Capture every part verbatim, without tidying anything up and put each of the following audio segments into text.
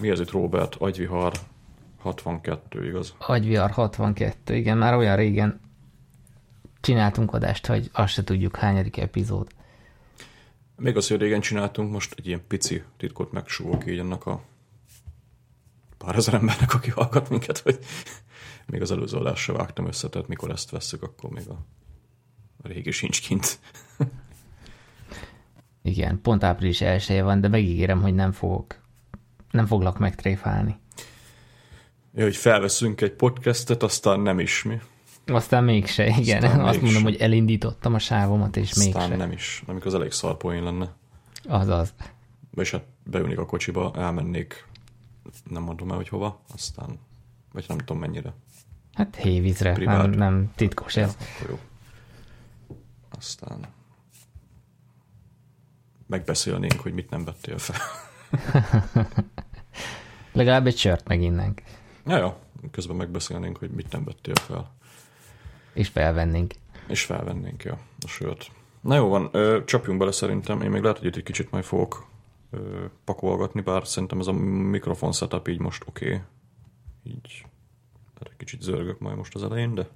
mi ez itt, Robert? Agyvihar hatvankettő, igaz? Agyvihar hatvankettő, igen, már olyan régen csináltunk adást, hogy azt se tudjuk, hányadik epizód. Még az, hogy régen csináltunk, most egy ilyen pici titkot megsúgok így annak a pár ezer embernek, aki hallgat minket, hogy még az előző adásra vágtam össze, tehát mikor ezt vesszük, akkor még a, a régi sincs kint. Igen, pont április elsője van, de megígérem, hogy nem fogok, nem foglak megtréfálni. Ja, hogy felveszünk egy podcastet, aztán nem is mi. Aztán mégse, igen. Aztán Azt mégse. mondom, hogy elindítottam a sávomat, és aztán mégse. nem is. Nem, az elég szarpoén lenne. Azaz. És hát beülnék a kocsiba, elmennék, nem mondom el, hogy hova, aztán, vagy nem tudom mennyire. Hát hévízre, Privát. nem, nem titkos ez. Ja, akkor jó. Aztán megbeszélnénk, hogy mit nem vettél fel. Legalább egy sört meginnánk. Ja, ja, közben megbeszélnénk, hogy mit nem vettél fel. És felvennénk. És felvennénk, ja, a sört. Na jó van, ö, csapjunk bele szerintem. Én még lehet, hogy itt egy kicsit majd fogok ö, pakolgatni, bár szerintem ez a mikrofon setup így most oké. Okay. Így, tehát egy kicsit zörgök majd most az elején, de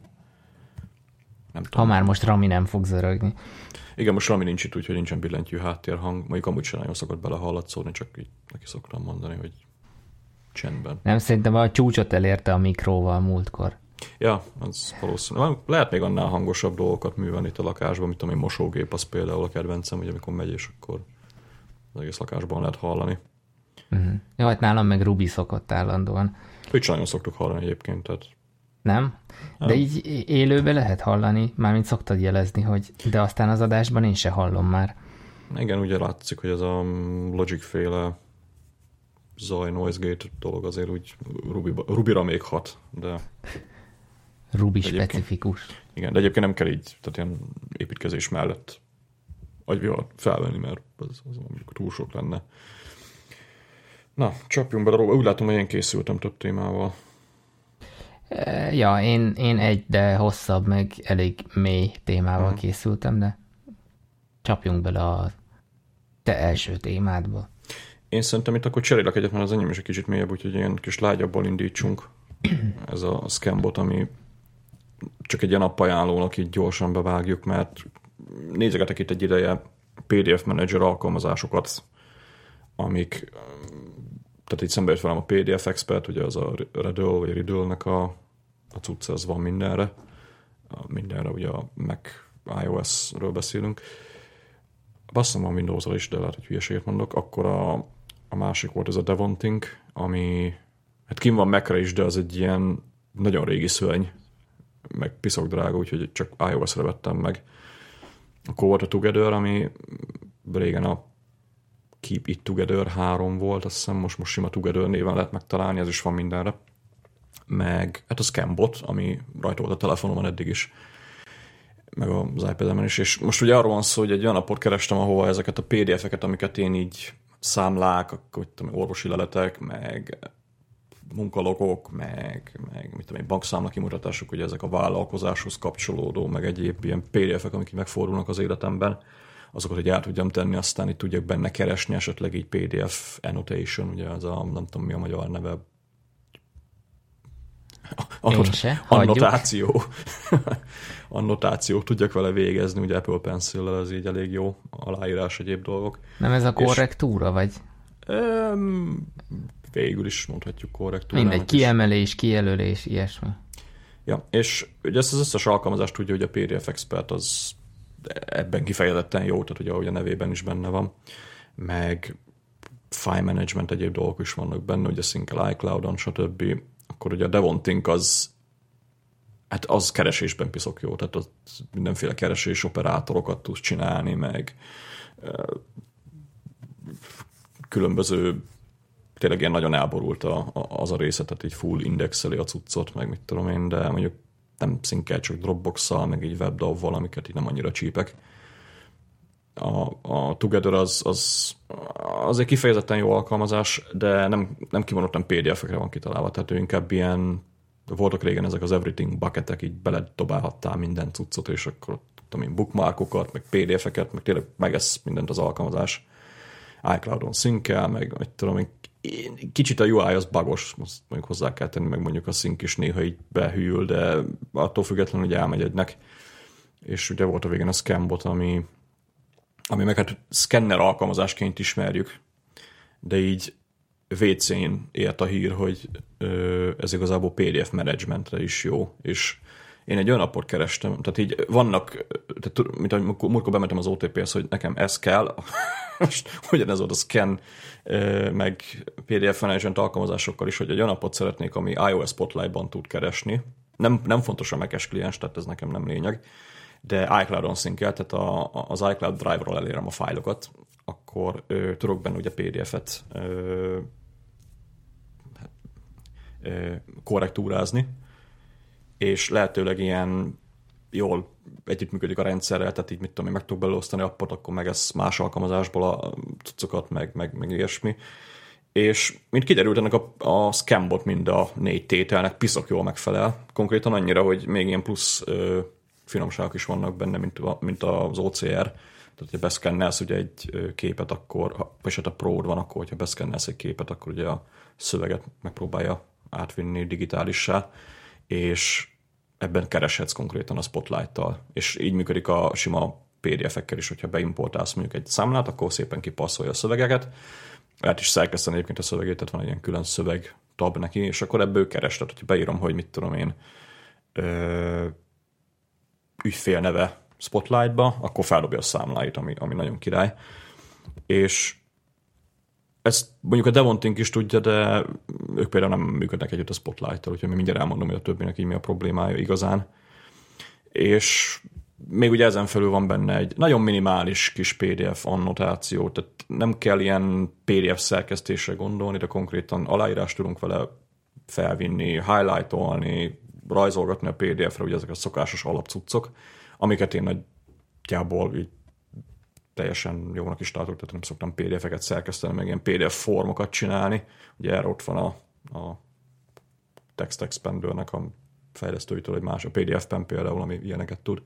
nem tudom. Ha már most Rami nem fog zörögni. Igen, most Rami nincs itt, úgyhogy nincsen billentyű háttérhang. Mondjuk amúgy sem nagyon szokott bele hallatszódni, csak így neki szoktam mondani, hogy csendben. Nem, szerintem a csúcsot elérte a mikróval múltkor. Ja, az valószínű. Lehet még annál hangosabb dolgokat művelni itt a lakásban, mint ami mosógép, az például a kedvencem, hogy amikor megy, és akkor az egész lakásban lehet hallani. Uh-huh. Ja, hát nálam meg Rubi szokott állandóan. Őt sem nagyon szoktuk hallani egyébként, tehát... Nem? De Nem. így élőben lehet hallani, mármint szoktad jelezni, hogy de aztán az adásban én se hallom már. Igen, ugye látszik, hogy ez a Logic-féle zaj, noise gate dolog azért úgy Ruby, Rubira még hat, de... Ruby Egyébként. specifikus. Igen, de egyébként nem kell így, tehát ilyen építkezés mellett agyvihar felvenni, mert az, az amikor túl sok lenne. Na, csapjunk bele róla. Úgy látom, hogy én készültem több témával. E, ja, én, én egy, de hosszabb, meg elég mély témával Aha. készültem, de csapjunk bele a te első témádba. Én szerintem itt akkor cserélek egyet, mert az enyém is egy kicsit mélyebb, úgyhogy ilyen kis lágyabban indítsunk. Ez a Scambot, ami csak egy ilyen appajánlónak így gyorsan bevágjuk, mert nézegetek itt egy ideje pé dé ef Manager alkalmazásokat, amik, tehát itt szembe jött velem a pé dé ef Expert, ugye az a Redl, vagy Riddle-nek a, a cucc, ez van mindenre. Mindenre, ugye a Mac iOS-ről beszélünk. Basszom van Windows-ról is, de lehet, hogy hülyeséget mondok. Akkor a, a másik volt ez a Devonting, ami hát kim van Mac-re is, de az egy ilyen nagyon régi szörny, meg piszok drága, úgyhogy csak iOS-re vettem meg. Akkor volt a Together, ami régen a Keep It Together három volt, azt hiszem most, most sima Together néven lehet megtalálni, ez is van mindenre. Meg hát a Scambot, ami rajta volt a telefonomon eddig is, meg az iPad-emen is, és most ugye arról van szó, hogy egy olyan napot kerestem, ahova ezeket a pé dé ef-eket, amiket én így számlák, akkor tudom, orvosi leletek, meg munkalogok, meg, meg mit tudom én, bankszámla kimutatások, ugye ezek a vállalkozáshoz kapcsolódó, meg egyéb ilyen pé dé ef-ek, amik megfordulnak az életemben, azokat, hogy el tudjam tenni, aztán itt tudjak benne keresni, esetleg így pé dé ef annotation, ugye az a, nem tudom mi a magyar neve, Annot- se, annotáció. Annotáció tudjak vele végezni, ugye Apple Pencil-lel ez így elég jó, aláírás, egyéb dolgok. Nem ez a korrektúra, vagy? Um, végül is mondhatjuk korrektúra. Mindegy, kiemelés, kijelölés, ilyesmi. Ja, és ugye ezt az összes alkalmazást tudja, hogy a pé dé ef Expert az ebben kifejezetten jó, tehát ugye ahogy a nevében is benne van, meg file management, egyéb dolgok is vannak benne, ugye Sync iCloud-on, stb. Akkor ugye a Devonting az hát az keresésben piszok jó, tehát az mindenféle keresés operátorokat tudsz csinálni, meg különböző, tényleg ilyen nagyon elborult a, a, az a része, tehát így full indexeli a cuccot, meg mit tudom én, de mondjuk nem szinkel, csak Dropbox-szal, meg így WebDAV-val, amiket így nem annyira csípek. A, a Together az, az, az egy kifejezetten jó alkalmazás, de nem, nem kimondottan pé dé ef-ekre van kitalálva, tehát ő inkább ilyen, voltak régen ezek az everything bucketek, így beledobálhattál minden cuccot, és akkor tudom én, bookmarkokat, meg pé dé ef-eket, meg tényleg megesz mindent az alkalmazás. iCloud-on sync-el, meg mit tudom én, kicsit a u i az bugos, azt mondjuk hozzá kell tenni, meg mondjuk a szink is néha így behűl, de attól függetlenül, hogy elmegy egynek. És ugye volt a végén a Scambot, ami, ami meg hát szkenner alkalmazásként ismerjük, de így vé cén ért a hír, hogy ez igazából pé dé ef managementre is jó, és én egy olyan appot kerestem, tehát így vannak, tehát, mint ahogy múltkor bementem az o té pé-hez, hogy nekem ez kell, most ugyanez volt a scan, meg pé dé ef management alkalmazásokkal is, hogy egy olyan appot szeretnék, ami iOS Spotlight-ban tud keresni. Nem, nem fontos a Mac-es kliens, tehát ez nekem nem lényeg, de iCloud-on szinkel, tehát a, az iCloud Drive-ról elérem a fájlokat, akkor ö, tudok benne ugye pé dé ef-et ö, ö, korrektúrázni, és lehetőleg ilyen jól együttműködik a rendszerrel, tehát így mit tudom én, meg tudok belőle osztani appot, akkor meg ez más alkalmazásból a cuccokat, meg, meg, meg ilyesmi. És mint kiderült, ennek a, a Scambot mind a négy tételnek piszok jól megfelel. Konkrétan annyira, hogy még ilyen plusz ö, finomságok is vannak benne, mint, a, mint az o cé er. Tehát, hogyha beszkennelsz ugye egy képet, akkor, és hát a Pro van, akkor, hogyha beszkennelsz egy képet, akkor ugye a szöveget megpróbálja átvinni digitálissá, és ebben kereshetsz konkrétan a Spotlight-tal. És így működik a sima pé dé ef-ekkel is, hogyha beimportálsz mondjuk egy számlát, akkor szépen kipasszolja a szövegeket. Lehet is szerkeszteni egyébként a szövegét, tehát van egy ilyen külön szöveg tab neki, és akkor ebből keres, tehát hogyha beírom, hogy mit tudom én, ö, ügyfél neve Spotlight-ba, akkor feldobja a számláit, ami, ami nagyon király. És ezt mondjuk a Devonting is tudja, de ők például nem működnek együtt a Spotlight-tal, úgyhogy mindjárt elmondom, hogy a többinek így mi a problémája igazán. És még ugye ezen felül van benne egy nagyon minimális kis pé dé ef annotáció, tehát nem kell ilyen pé dé ef szerkesztésre gondolni, de konkrétan aláírást tudunk vele felvinni, highlightolni, rajzolgatni a pé dé ef-re, ugye ezek a szokásos alapcuccok, amiket én nagyjából így teljesen jónak is tartok, tehát nem szoktam pé dé ef-eket szerkeszteni, meg ilyen pé dé ef formokat csinálni. Ugye erre ott van a, a Text Expandernek a fejlesztőitől egy más, a pé dé ef pen például, ami ilyeneket tud.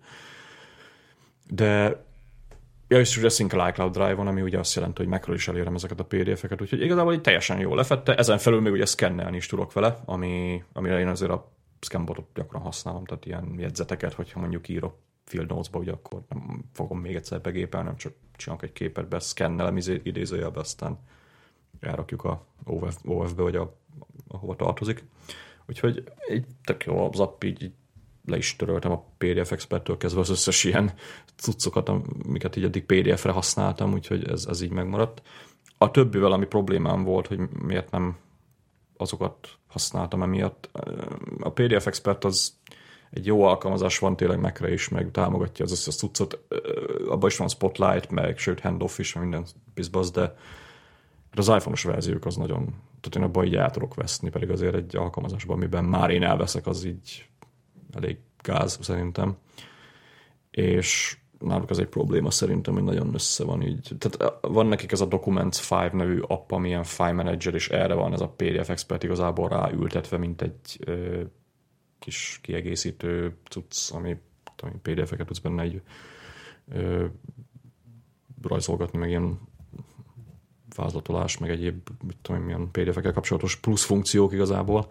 De ja, és ugye Single iCloud Drive-on, ami ugye azt jelenti, hogy Macről is elérem ezeket a pé dé ef-eket, úgyhogy igazából így teljesen jól lefette. Ezen felül még ugye szkennelni is tudok vele, ami, amire én azért a Scambotot gyakran használom, tehát ilyen jegyzeteket, hogyha mondjuk írok Field Notes-ba, ugye akkor nem fogom még egyszer begépelni, nem csak csinálok egy képet, be szkennelem idézőjelbe, aztán elrakjuk a o ef be, vagy a, ahova tartozik. Úgyhogy így tök jó az app, így, így le is töröltem a pé dé ef Experttől kezdve az összes ilyen cuccokat, amiket így eddig pé dé ef-re használtam, úgyhogy ez, ez így megmaradt. A többivel, ami problémám volt, hogy miért nem azokat használtam emiatt. A pé dé ef Expert az egy jó alkalmazás, van tényleg Macre is, meg támogatja az összes cuccot. Abban is van Spotlight, meg sőt Handoff is, meg minden bizbasz, de az iPhone-os verziók az nagyon, tehát én abban így el tudok veszni, pedig azért egy alkalmazásban, amiben már én elveszek, az így elég gáz szerintem. És náluk az egy probléma szerintem, hogy nagyon össze van így. Tehát van nekik ez a Documents öt nevű app, ami ilyen file manager, és erre van ez a pé dé ef Expert igazából ráültetve, mint egy ö, kis kiegészítő cucc, ami tudom, pé dé ef-eket tudsz benne egy ö, rajzolgatni, meg ilyen vázlatolás, meg egyéb, mit tudom, milyen pé dé ef-ekkel kapcsolatos plusz funkciók igazából.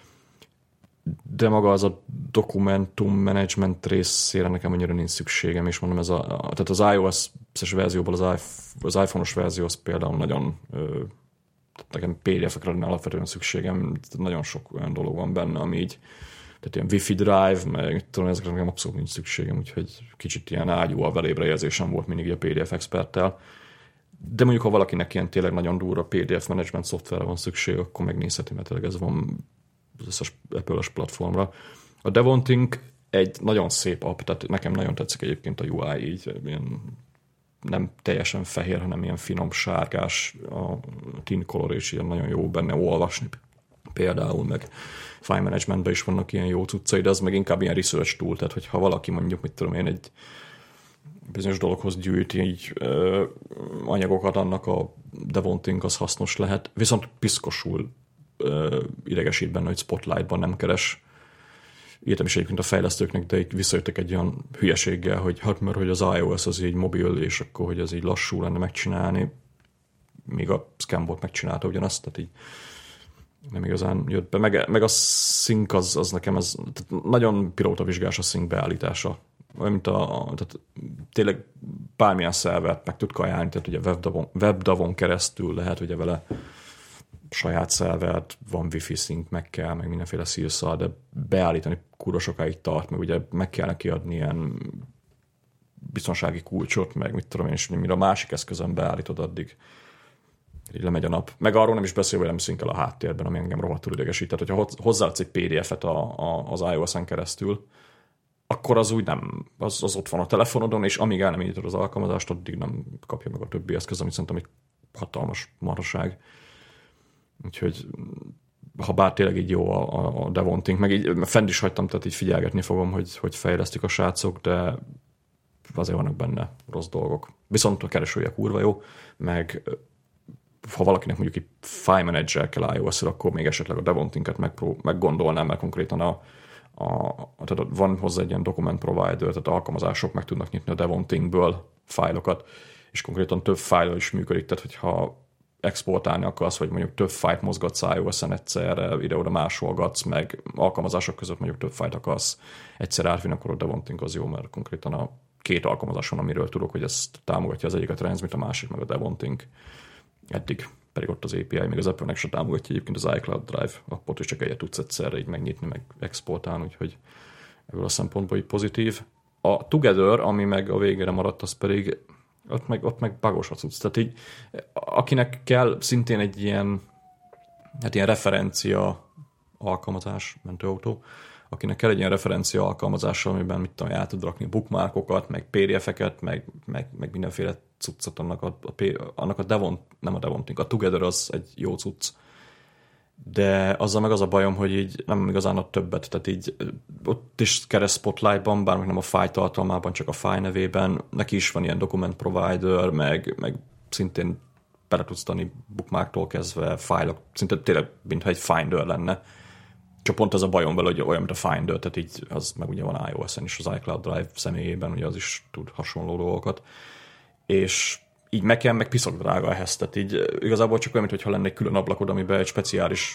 De maga az a dokumentum management részére nekem annyira nincs szükségem, és mondom, ez a, tehát az iOS-es verzióból az, az iPhone-os verzió az például nagyon, ö, nekem pé dé ef-ekre lenne alapvetően szükségem, nagyon sok olyan dolog van benne, ami így, tehát ilyen Wi-Fi drive, meg tudom, ezekre nekem abszolút nincs szükségem, úgyhogy kicsit ilyen ágyú a velébre érzésem volt mindig a pé dé ef Experttel. De mondjuk, ha valakinek ilyen tényleg nagyon durva pé dé ef management szoftverre van szükség, akkor megnézheti, mert tényleg ez van az összes Apple-es platformra. A Devonting egy nagyon szép app, tehát nekem nagyon tetszik egyébként a u i, így ilyen nem teljesen fehér, hanem ilyen finom sárgás, a tin color és ilyen nagyon jó benne olvasni például, meg file managementben is vannak ilyen jó cuccai, de az meg inkább ilyen research tool, tehát hogyha valaki mondjuk, mit tudom én, egy bizonyos dologhoz gyűjt így ö, anyagokat, annak a Devonting az hasznos lehet, viszont piszkosul ö, idegesít benne, hogy Spotlightban nem keres. Írtam is egyébként a fejlesztőknek, de így visszajöttek egy olyan hülyeséggel, hogy hát mert hogy az iOS az így mobil, és akkor hogy ez így lassú lenne megcsinálni. még a Scambot megcsinálta ugyanazt, tehát így nem igazán jött be. Meg, meg a sync az, az nekem az, nagyon pilótavizsgás a sync beállítása. Olyan, mint a, tehát tényleg bármilyen szervert meg tud kajálni, tehát ugye webdavon, webdavon keresztül lehet ugye vele saját szervert, van wifi sync, meg kell, meg mindenféle szírszal, de beállítani kurva sokáig tart, meg ugye meg kellene kiadni ilyen biztonsági kulcsot, meg mit tudom én, és mire a másik eszközön beállítod, addig így lemegy a nap. Meg arról nem is beszél, hogy nem szinkel a háttérben, ami engem rohadtul idegesít. Tehát, hogyha hozzáadsz egy pé dé ef-et a, a, az iOS-en keresztül, akkor az úgy nem, az, az ott van a telefonodon, és amíg el nem indítod az alkalmazást, addig nem kapja meg a többi eszköz, amit szerintem egy hatalmas marhaság. Úgyhogy ha bár tényleg így jó a, a, a Devonting, meg így fent is hagytam, tehát így figyelgetni fogom, hogy, hogy fejlesztik a srácok, de azért vannak benne rossz dolgok. Viszont a keresője kurva jó, meg ha valakinek mondjuk egy file manager kell iOS-ra, akkor még esetleg a Devontinket megpró- meggondolnám, mert konkrétan a, a, tehát van hozzá egy ilyen document provider, tehát alkalmazások meg tudnak nyitni a Devontingből fájlokat, és konkrétan több fájlal is működik, tehát hogyha exportálni akarsz, vagy mondjuk több fájlt mozgatsz iOS-en egyszerre, ide-oda másolgatsz, meg alkalmazások között mondjuk több fájlt akarsz egyszer átvinni, akkor a Devonting az jó, mert konkrétan a két alkalmazáson, amiről tudok, hogy ezt támogatja az egyik a Transmit, a másik meg a Devonting. Eddig pedig ott az á pé i, még az Apple-nek se támogatja egyébként az iCloud Drive appot, és csak egyet tudsz egyszerre így megnyitni, meg exportálni, úgyhogy ebből a szempontból így pozitív. A Together, ami meg a végére maradt, az pedig ott meg, ott meg bagos a cucc. Tehát így, akinek kell szintén egy ilyen, hát ilyen referencia alkalmazás, mentőautó, akinek kell egy ilyen referencia alkalmazás, amiben mit tudom, el tud rakni bookmarkokat, meg pé dé ef-eket, meg, meg, meg mindenféle cuccot, annak a, a, annak a Devon, nem a Devonting, a Together az egy jó cucc. De azzal meg az a bajom, hogy így nem igazán ad többet, tehát így ott is keres Spotlightban, bár nem a file tartalmában, csak a file nevében, neki is van ilyen document provider, meg, meg szintén bele tudsz tenni bookmarktól kezdve fájlok, szinte tényleg, mintha egy Finder lenne. Csak pont az a bajom vele, hogy olyan, mint a Finder, tehát így az meg ugye van iOS-en is, az iCloud Drive személyében, ugye az is tud hasonló dolgokat. És így Mac-en meg piszok drága ehhez, tehát így igazából csak olyan, mintha lenne egy külön ablakod, amiben egy speciális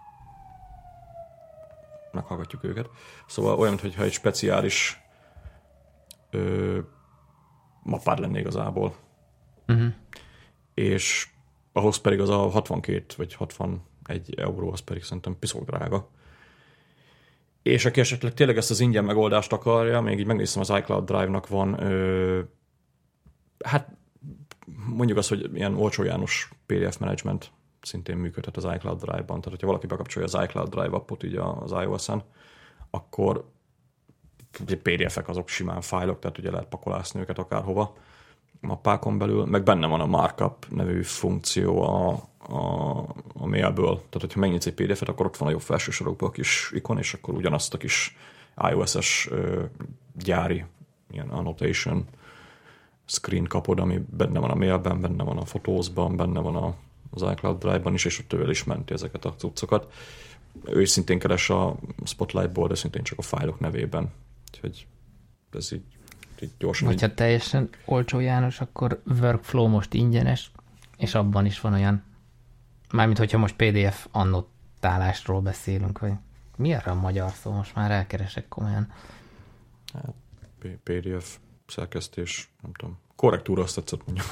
meghallgatjuk őket. Szóval olyan, mintha egy speciális ö, mappád lenne igazából. Uh-huh. És ahhoz pedig az a hatvankét vagy hatvanegy euró, az pedig szerintem piszok drága. És aki esetleg tényleg ezt az ingyen megoldást akarja, még így megnéztem, az iCloud Drive-nak van ö, hát mondjuk azt, hogy ilyen olcsó János pé dé ef management szintén működhet az iCloud Drive-ban. Tehát, hogyha valaki bekapcsolja az iCloud Drive appot így az iOS-en, akkor pé dé ef-ek azok simán fájlok, tehát ugye lehet pakolászni őket akárhova mappákon belül, meg benne van a markup nevű funkció a, a, a mailből. Tehát, hogyha megnyitsz egy pé dé ef-et, akkor ott van a jobb felső sorokban a kis ikon, és akkor ugyanazt a kis iOS-es ö, gyári ilyen annotation screen kapod, ami benne van a mailben, benne van a Photos-ban, benne van a, az iCloud Drive-ban is, és ott tőle is menti ezeket a cuccokat. Ő is szintén keres a Spotlight-ból, de szintén csak a fájlok nevében. Úgyhogy ez így, így gyorsan. Hogyha teljesen olcsó János, akkor Workflow most ingyenes, és abban is van olyan, mármint hogyha most pé dé ef annotálásról beszélünk, vagy mi erre a magyar szó? Most már elkeresek komolyan. Hát, pé dé ef szerkesztés, nem tudom, korrektúra, azt tetszett mondjuk.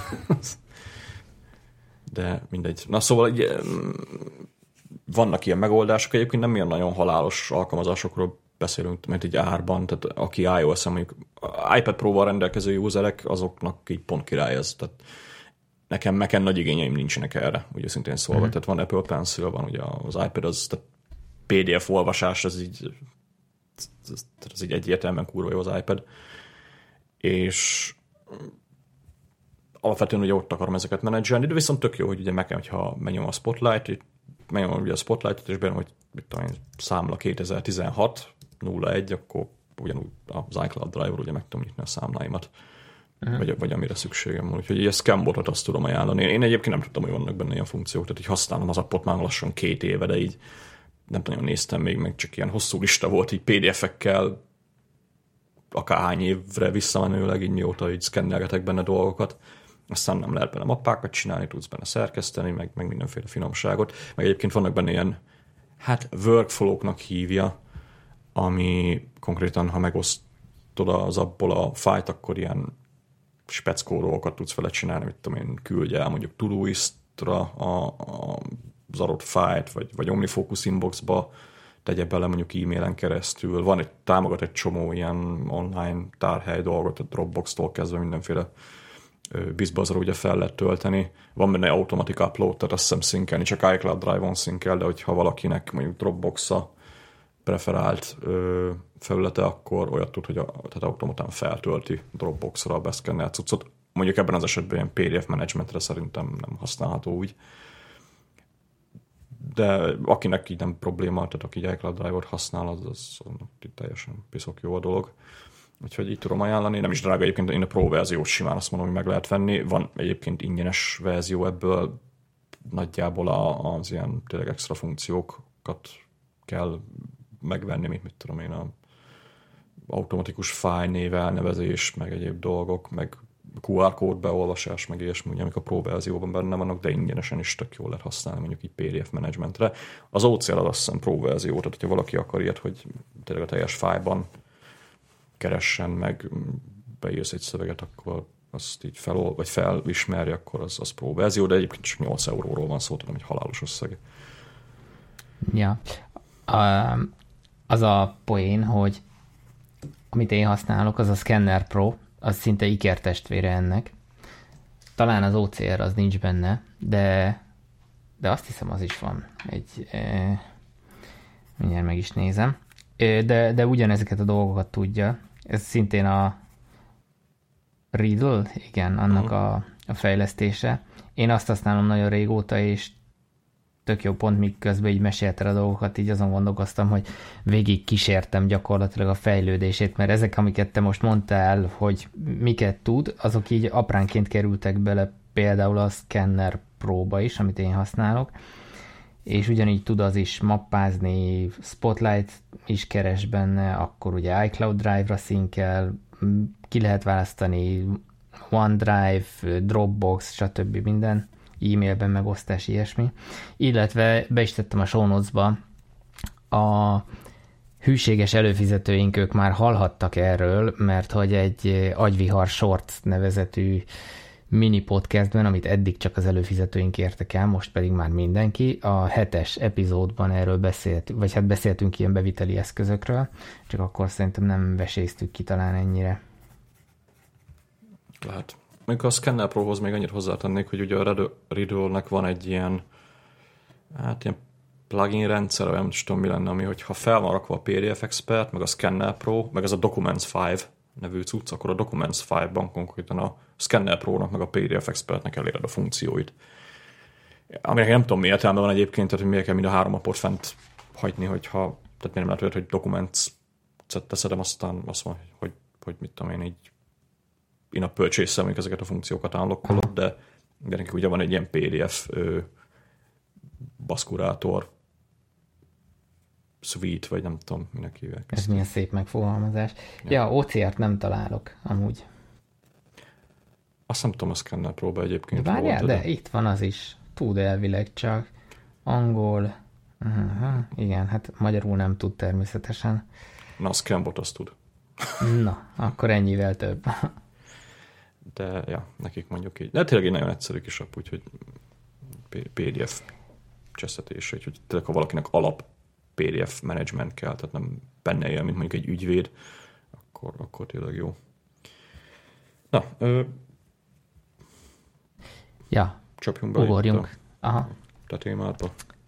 De mindegy. Na szóval így, vannak ilyen megoldások, egyébként nem ilyen nagyon halálos alkalmazásokról beszélünk, mert így árban, tehát aki iOS-en mondjuk iPad Pro-val rendelkező userek, azoknak így pont király ez. Tehát nekem, nekem nagy igényeim nincsenek erre, ugye szintén szólva. Mm-hmm. Tehát van Apple Pencil, van ugye az iPad, az tehát pé dé ef olvasás, ez így, ez, ez így egyértelműen kurva jó az iPad. És alapvetően ugye ott akarom ezeket menedzselni, de viszont tök jó, hogy ugye nekem, hogyha megnyom a Spotlight, megnyom ugye a Spotlight-ot, és benne, hogy mit tudom, számla kétezer-tizenhat nulla egy, akkor ugyanúgy az iCloud Drive-ról ugye meg tudom nyitni a számláimat, uh-huh. vagy, vagy amire szükségem van. Úgyhogy ilyen Scambotot azt tudom ajánlani. Én egyébként nem tudtam, hogy vannak benne ilyen funkciók, tehát így használom az appot már lassan két éve, de így nem nagyon néztem még, meg csak ilyen hosszú lista volt, így pé dé ef-ekkel akárhány évre visszamenőleg, így mióta így szkennelgetek benne dolgokat, aztán nem lehet benne mappákat csinálni, tudsz benne szerkeszteni, meg, meg mindenféle finomságot, meg egyébként vannak benne ilyen, hát workflow-knak hívja, ami konkrétan, ha megosztod az abból a fájt, akkor ilyen speckó dolgokat tudsz vele csinálni, mit tudom én, küldj el mondjuk Todoist-ra a, a, az adott fájt, vagy, vagy OmniFocus inboxba, tegye bele mondjuk e-mailen keresztül. Van egy, támogat egy csomó ilyen online tárhely dolgot, a Dropbox-tól kezdve mindenféle bizbazra ugye fel lehet tölteni. Van benne automatic upload, tehát azt hiszem szinkelni, csak iCloud Drive-on szinkel, de hogyha valakinek mondjuk Dropbox-a preferált ö, felülete, akkor olyat tud, hogy a, tehát automatán feltölti Dropbox-ra a beszkennelt cuccot. Mondjuk ebben az esetben ilyen pé dé ef menedzsmentre szerintem nem használható úgy. De akinek így nem probléma, tehát aki iCloud Drive-ot használ, az, az, az teljesen piszok jó a dolog. Úgyhogy így tudom ajánlani. Nem is drága egyébként, én a Pro verziót simán azt mondom, hogy meg lehet venni. Van egyébként ingyenes verzió ebből, nagyjából az ilyen tényleg extra funkciókat kell megvenni, mint mit tudom én, a automatikus fájlnév elnevezés, meg egyéb dolgok, meg kú ár kód beolvasás, meg ilyesmi, ugye, amik a Pro verzióban benne vannak, de ingyenesen is tök jól lehet használni, mondjuk így pé dé ef menedzsmentre. Az o cé el az azt hiszem Pro verzió, tehát hogyha valaki akar ilyet, hogy tényleg a teljes fájlban keressen, meg beírsz egy szöveget, akkor azt így felol, vagy felismerje, akkor az, az Pro verzió, de egyébként csak nyolc euróról van szó, tudom, egy halálos összeg. Ja. Az a poén, hogy amit én használok, az a Scanner Pro, az szinte ikertestvére ennek. Talán az o cé er az nincs benne, de, de azt hiszem az is van. Egy, e, mindjárt meg is nézem. E, de, de ugyanezeket a dolgokat tudja. Ez szintén a Riddle, igen, annak uh-huh. a, a fejlesztése. Én azt használom nagyon régóta, és tök jó pont, míg közben így mesélted a dolgokat, így azon gondolkoztam, hogy végig kísértem gyakorlatilag a fejlődését, mert ezek, amiket te most mondtál, hogy miket tud, azok így apránként kerültek bele például a Scanner Pro-ba is, amit én használok, és ugyanígy tud az is mappázni, Spotlight is keres benne, akkor ugye iCloud Drive-ra szinkel, ki lehet választani OneDrive, Dropbox, stb. Minden, e-mailben megosztás, ilyesmi. Illetve be is tettem a show notes-ba, a hűséges előfizetőink, ők már hallhattak erről, mert hogy egy Agyvihar Shorts nevezetű mini podcastben, amit eddig csak az előfizetőink értek el, most pedig már mindenki, a hetes epizódban erről beszélt, vagy hát beszéltünk ilyen beviteli eszközökről, csak akkor szerintem nem veséztük ki talán ennyire. Lehet. Még a Scanner Prohoz még annyit hozzátennék, hogy ugye a Riddle-nek van egy ilyen, hát ilyen plugin rendszer, olyan nem tudom mi lenne, ami hogyha fel van rakva a pé dé ef Expert, meg a Scanner Pro, meg ez a Documents öt nevű cucc, akkor a Documents ötben konkrétan a Scanner Pro-nak, meg a pé dé ef Expertnek eléred a funkcióit. Aminek nem tudom mi értelme van egyébként, tehát hogy miért kell mind a három appot fent hagyni, hogyha, tehát miért nem lehet olyat, hogy Documents-et teszedem, aztán azt mondja, hogy, hogy mit tudom én, így in-app purchase-szel mondjuk ezeket a funkciókat unlockolod, de, de nekik ugye van egy ilyen pé dé ef ö, baszkurátor suite, vagy nem tudom, minek hívják. Ez milyen szép megfogalmazás. Ja, ja o cé er-t nem találok, amúgy. Azt nem tudom, a Scanner Pro-ba egyébként. De várjál, volt, de, de itt van az is. Tud elvileg csak. Angol. Uh-huh. Igen, hát magyarul nem tud természetesen. Na, a Scanbot azt tud. Na, akkor ennyivel több. De ja, nekik mondjuk így. De tényleg egy nagyon egyszerű kis app, úgyhogy pé dé ef csesztetése, úgyhogy tényleg, ha valakinek alap pé dé ef management kell, tehát nem benne él, mint mondjuk egy ügyvéd, akkor, akkor tényleg jó. Na, ö, ja, csapjunk be ugorjunk. A, Aha. a témádba.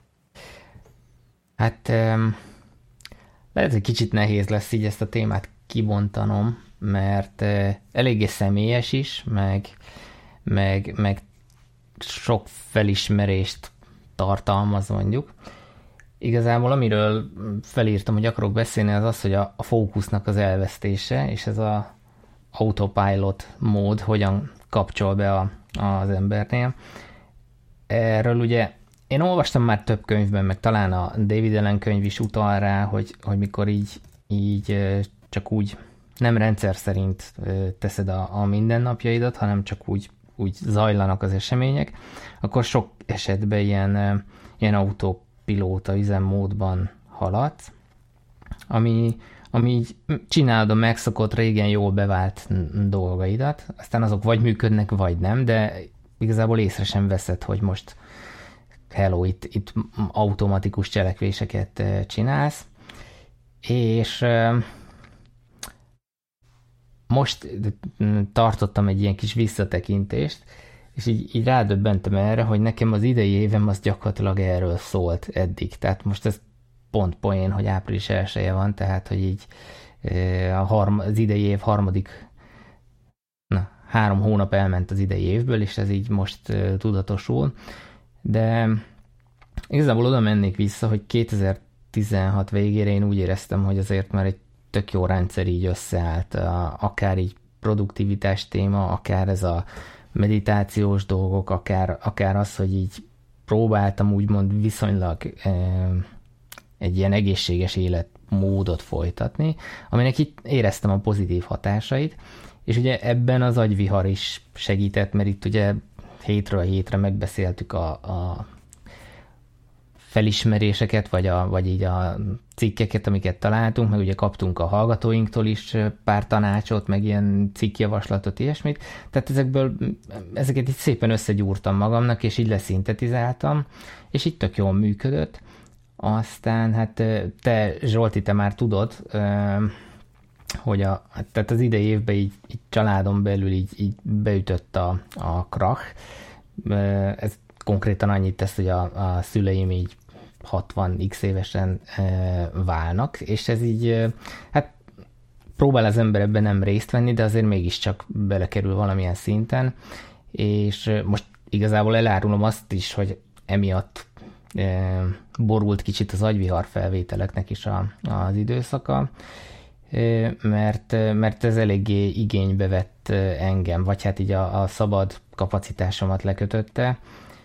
Hát um, lehet, hogy kicsit nehéz lesz így ezt a témát kibontanom, mert uh, eléggé személyes is, meg, meg, meg sok felismerést tartalmaz mondjuk. Igazából amiről felírtam, hogy akarok beszélni, az az, hogy a, a fókusznak az elvesztése, és ez a autopilot mód hogyan kapcsol be a, az embernél. Erről ugye én olvastam már több könyvben, meg talán a David Allen könyv is utal rá, hogy, hogy mikor így, így csak úgy nem rendszer szerint teszed a, a mindennapjaidat, hanem csak úgy úgy zajlanak az események, akkor sok esetben ilyen, ilyen autopilóta üzemmódban haladsz, ami, ami így csinálod a megszokott, régen jól bevált dolgaidat, aztán azok vagy működnek, vagy nem, de igazából észre sem veszed, hogy most hello, itt, itt automatikus cselekvéseket csinálsz, és most tartottam egy ilyen kis visszatekintést, és így, így rádöbbentem erre, hogy nekem az idei évem az gyakorlatilag erről szólt eddig. Tehát most ez pont poén, hogy április elseje van, tehát hogy így a harm, az idei év harmadik, na, három hónap elment az idei évből, és ez így most uh, tudatosul. De igazából oda mennék vissza, hogy kétezer-tizenhat végére én úgy éreztem, hogy azért már egy tök jó rendszer így összeállt, a, akár így produktivitás téma, akár ez a meditációs dolgok, akár, akár az, hogy így próbáltam úgymond viszonylag e, egy ilyen egészséges életmódot folytatni, aminek itt éreztem a pozitív hatásait, és ugye ebben az agyvihar is segített, mert itt ugye hétről hétre megbeszéltük a, a felismeréseket, vagy, a, vagy így a cikkeket, amiket találtunk, meg ugye kaptunk a hallgatóinktól is pár tanácsot, meg ilyen cikkjavaslatot, ilyesmit. Tehát ezekből, ezeket így szépen összegyúrtam magamnak, és így leszintetizáltam, és így tök jól működött. Aztán hát te, Zsolti, te már tudod, hogy a, tehát az idei évben így, így családon belül így, így beütött a, a krach. Ez konkrétan annyit tesz, hogy a, a szüleim így hatvan x évesen e, válnak, és ez így, e, hát próbál az ember ebben nem részt venni, de azért mégiscsak belekerül valamilyen szinten, és most igazából elárulom azt is, hogy emiatt e, borult kicsit az agyvihar felvételeknek is a, az időszaka, e, mert, mert ez eléggé igénybe vett engem, vagy hát így a, a szabad kapacitásomat lekötötte,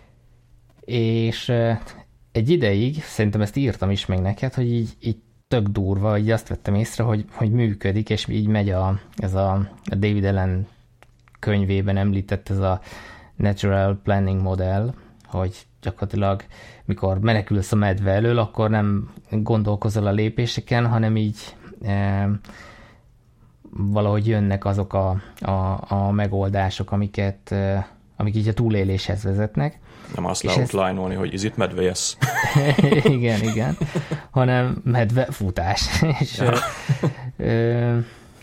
és egy ideig, szerintem ezt írtam is még neked, hogy így, így tök durva, így azt vettem észre, hogy, hogy működik, és így megy a, ez a, a David Allen könyvében említett ez a natural planning modell, hogy gyakorlatilag mikor menekülsz a medve elől, akkor nem gondolkozol a lépéseken, hanem így e, valahogy jönnek azok a, a, a megoldások, amiket, e, amik így a túléléshez vezetnek. Nem azt leoutline-olni, hogy is it medve, yes. Igen, igen. Hanem medve futás. és, ja. ö,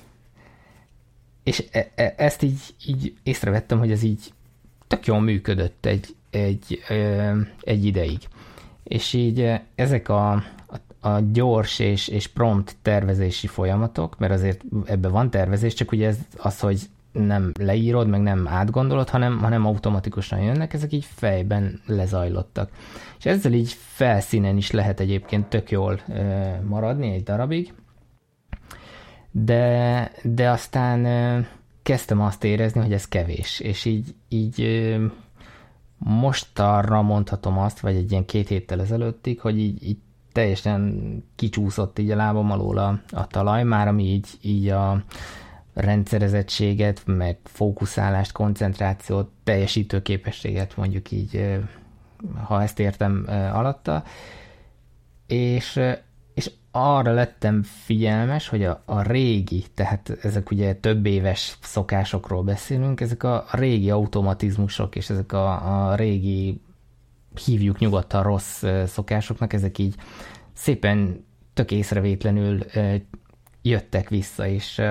és e, e, ezt így, így észrevettem, hogy ez így tök jól működött egy, egy, ö, egy ideig. És így ezek a, a, a gyors és, és prompt tervezési folyamatok, mert azért ebben van tervezés, csak ugye ez az, hogy nem leírod, meg nem átgondolod, hanem, hanem automatikusan jönnek, ezek így fejben lezajlottak. És ezzel így felszínen is lehet egyébként tök jól ö, maradni egy darabig, de, de aztán ö, kezdtem azt érezni, hogy ez kevés, és így, így ö, mostanra mondhatom azt, vagy egy ilyen két héttel ezelőttig, hogy így, így teljesen kicsúszott így a lábam alól a, a talaj, már ami így, így a rendszerezettséget, meg fókuszálást, koncentrációt, teljesítőképességet mondjuk így, ha ezt értem alatta, és, és arra lettem figyelmes, hogy a, a régi, tehát ezek ugye több éves szokásokról beszélünk, ezek a, a régi automatizmusok, és ezek a, a régi, hívjuk nyugodtan rossz szokásoknak, ezek így szépen tök észrevétlenül jöttek vissza, és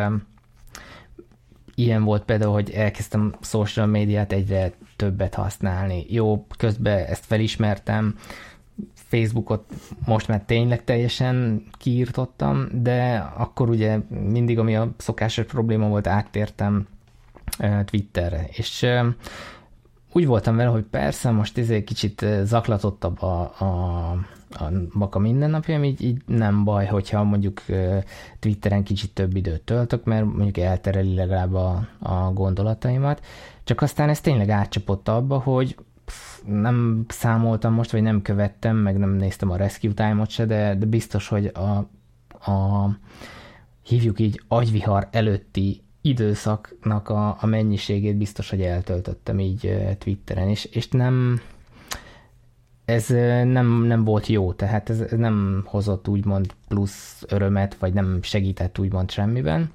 ilyen volt például, hogy elkezdtem social médiát egyre többet használni. Jó, közben ezt felismertem, Facebookot most már tényleg teljesen kiírtottam, de akkor ugye mindig, ami a szokásos probléma volt, áttértem Twitterre. És úgy voltam vele, hogy persze, most ezért kicsit zaklatottabb a, a, a, a mindennapjaim, így, így nem baj, hogyha mondjuk Twitteren kicsit több időt töltök, mert mondjuk eltereli legalább a, a gondolataimat. Csak aztán ez tényleg átcsapott abba, hogy pff, nem számoltam most, vagy nem követtem, meg nem néztem a Rescue Time-ot se, de, de biztos, hogy a, a hívjuk így agyvihar előtti időszaknak a, a mennyiségét biztos, hogy eltöltöttem így Twitteren, és, és nem ez nem, nem volt jó, tehát ez, ez nem hozott úgymond plusz örömet, vagy nem segített úgymond semmiben.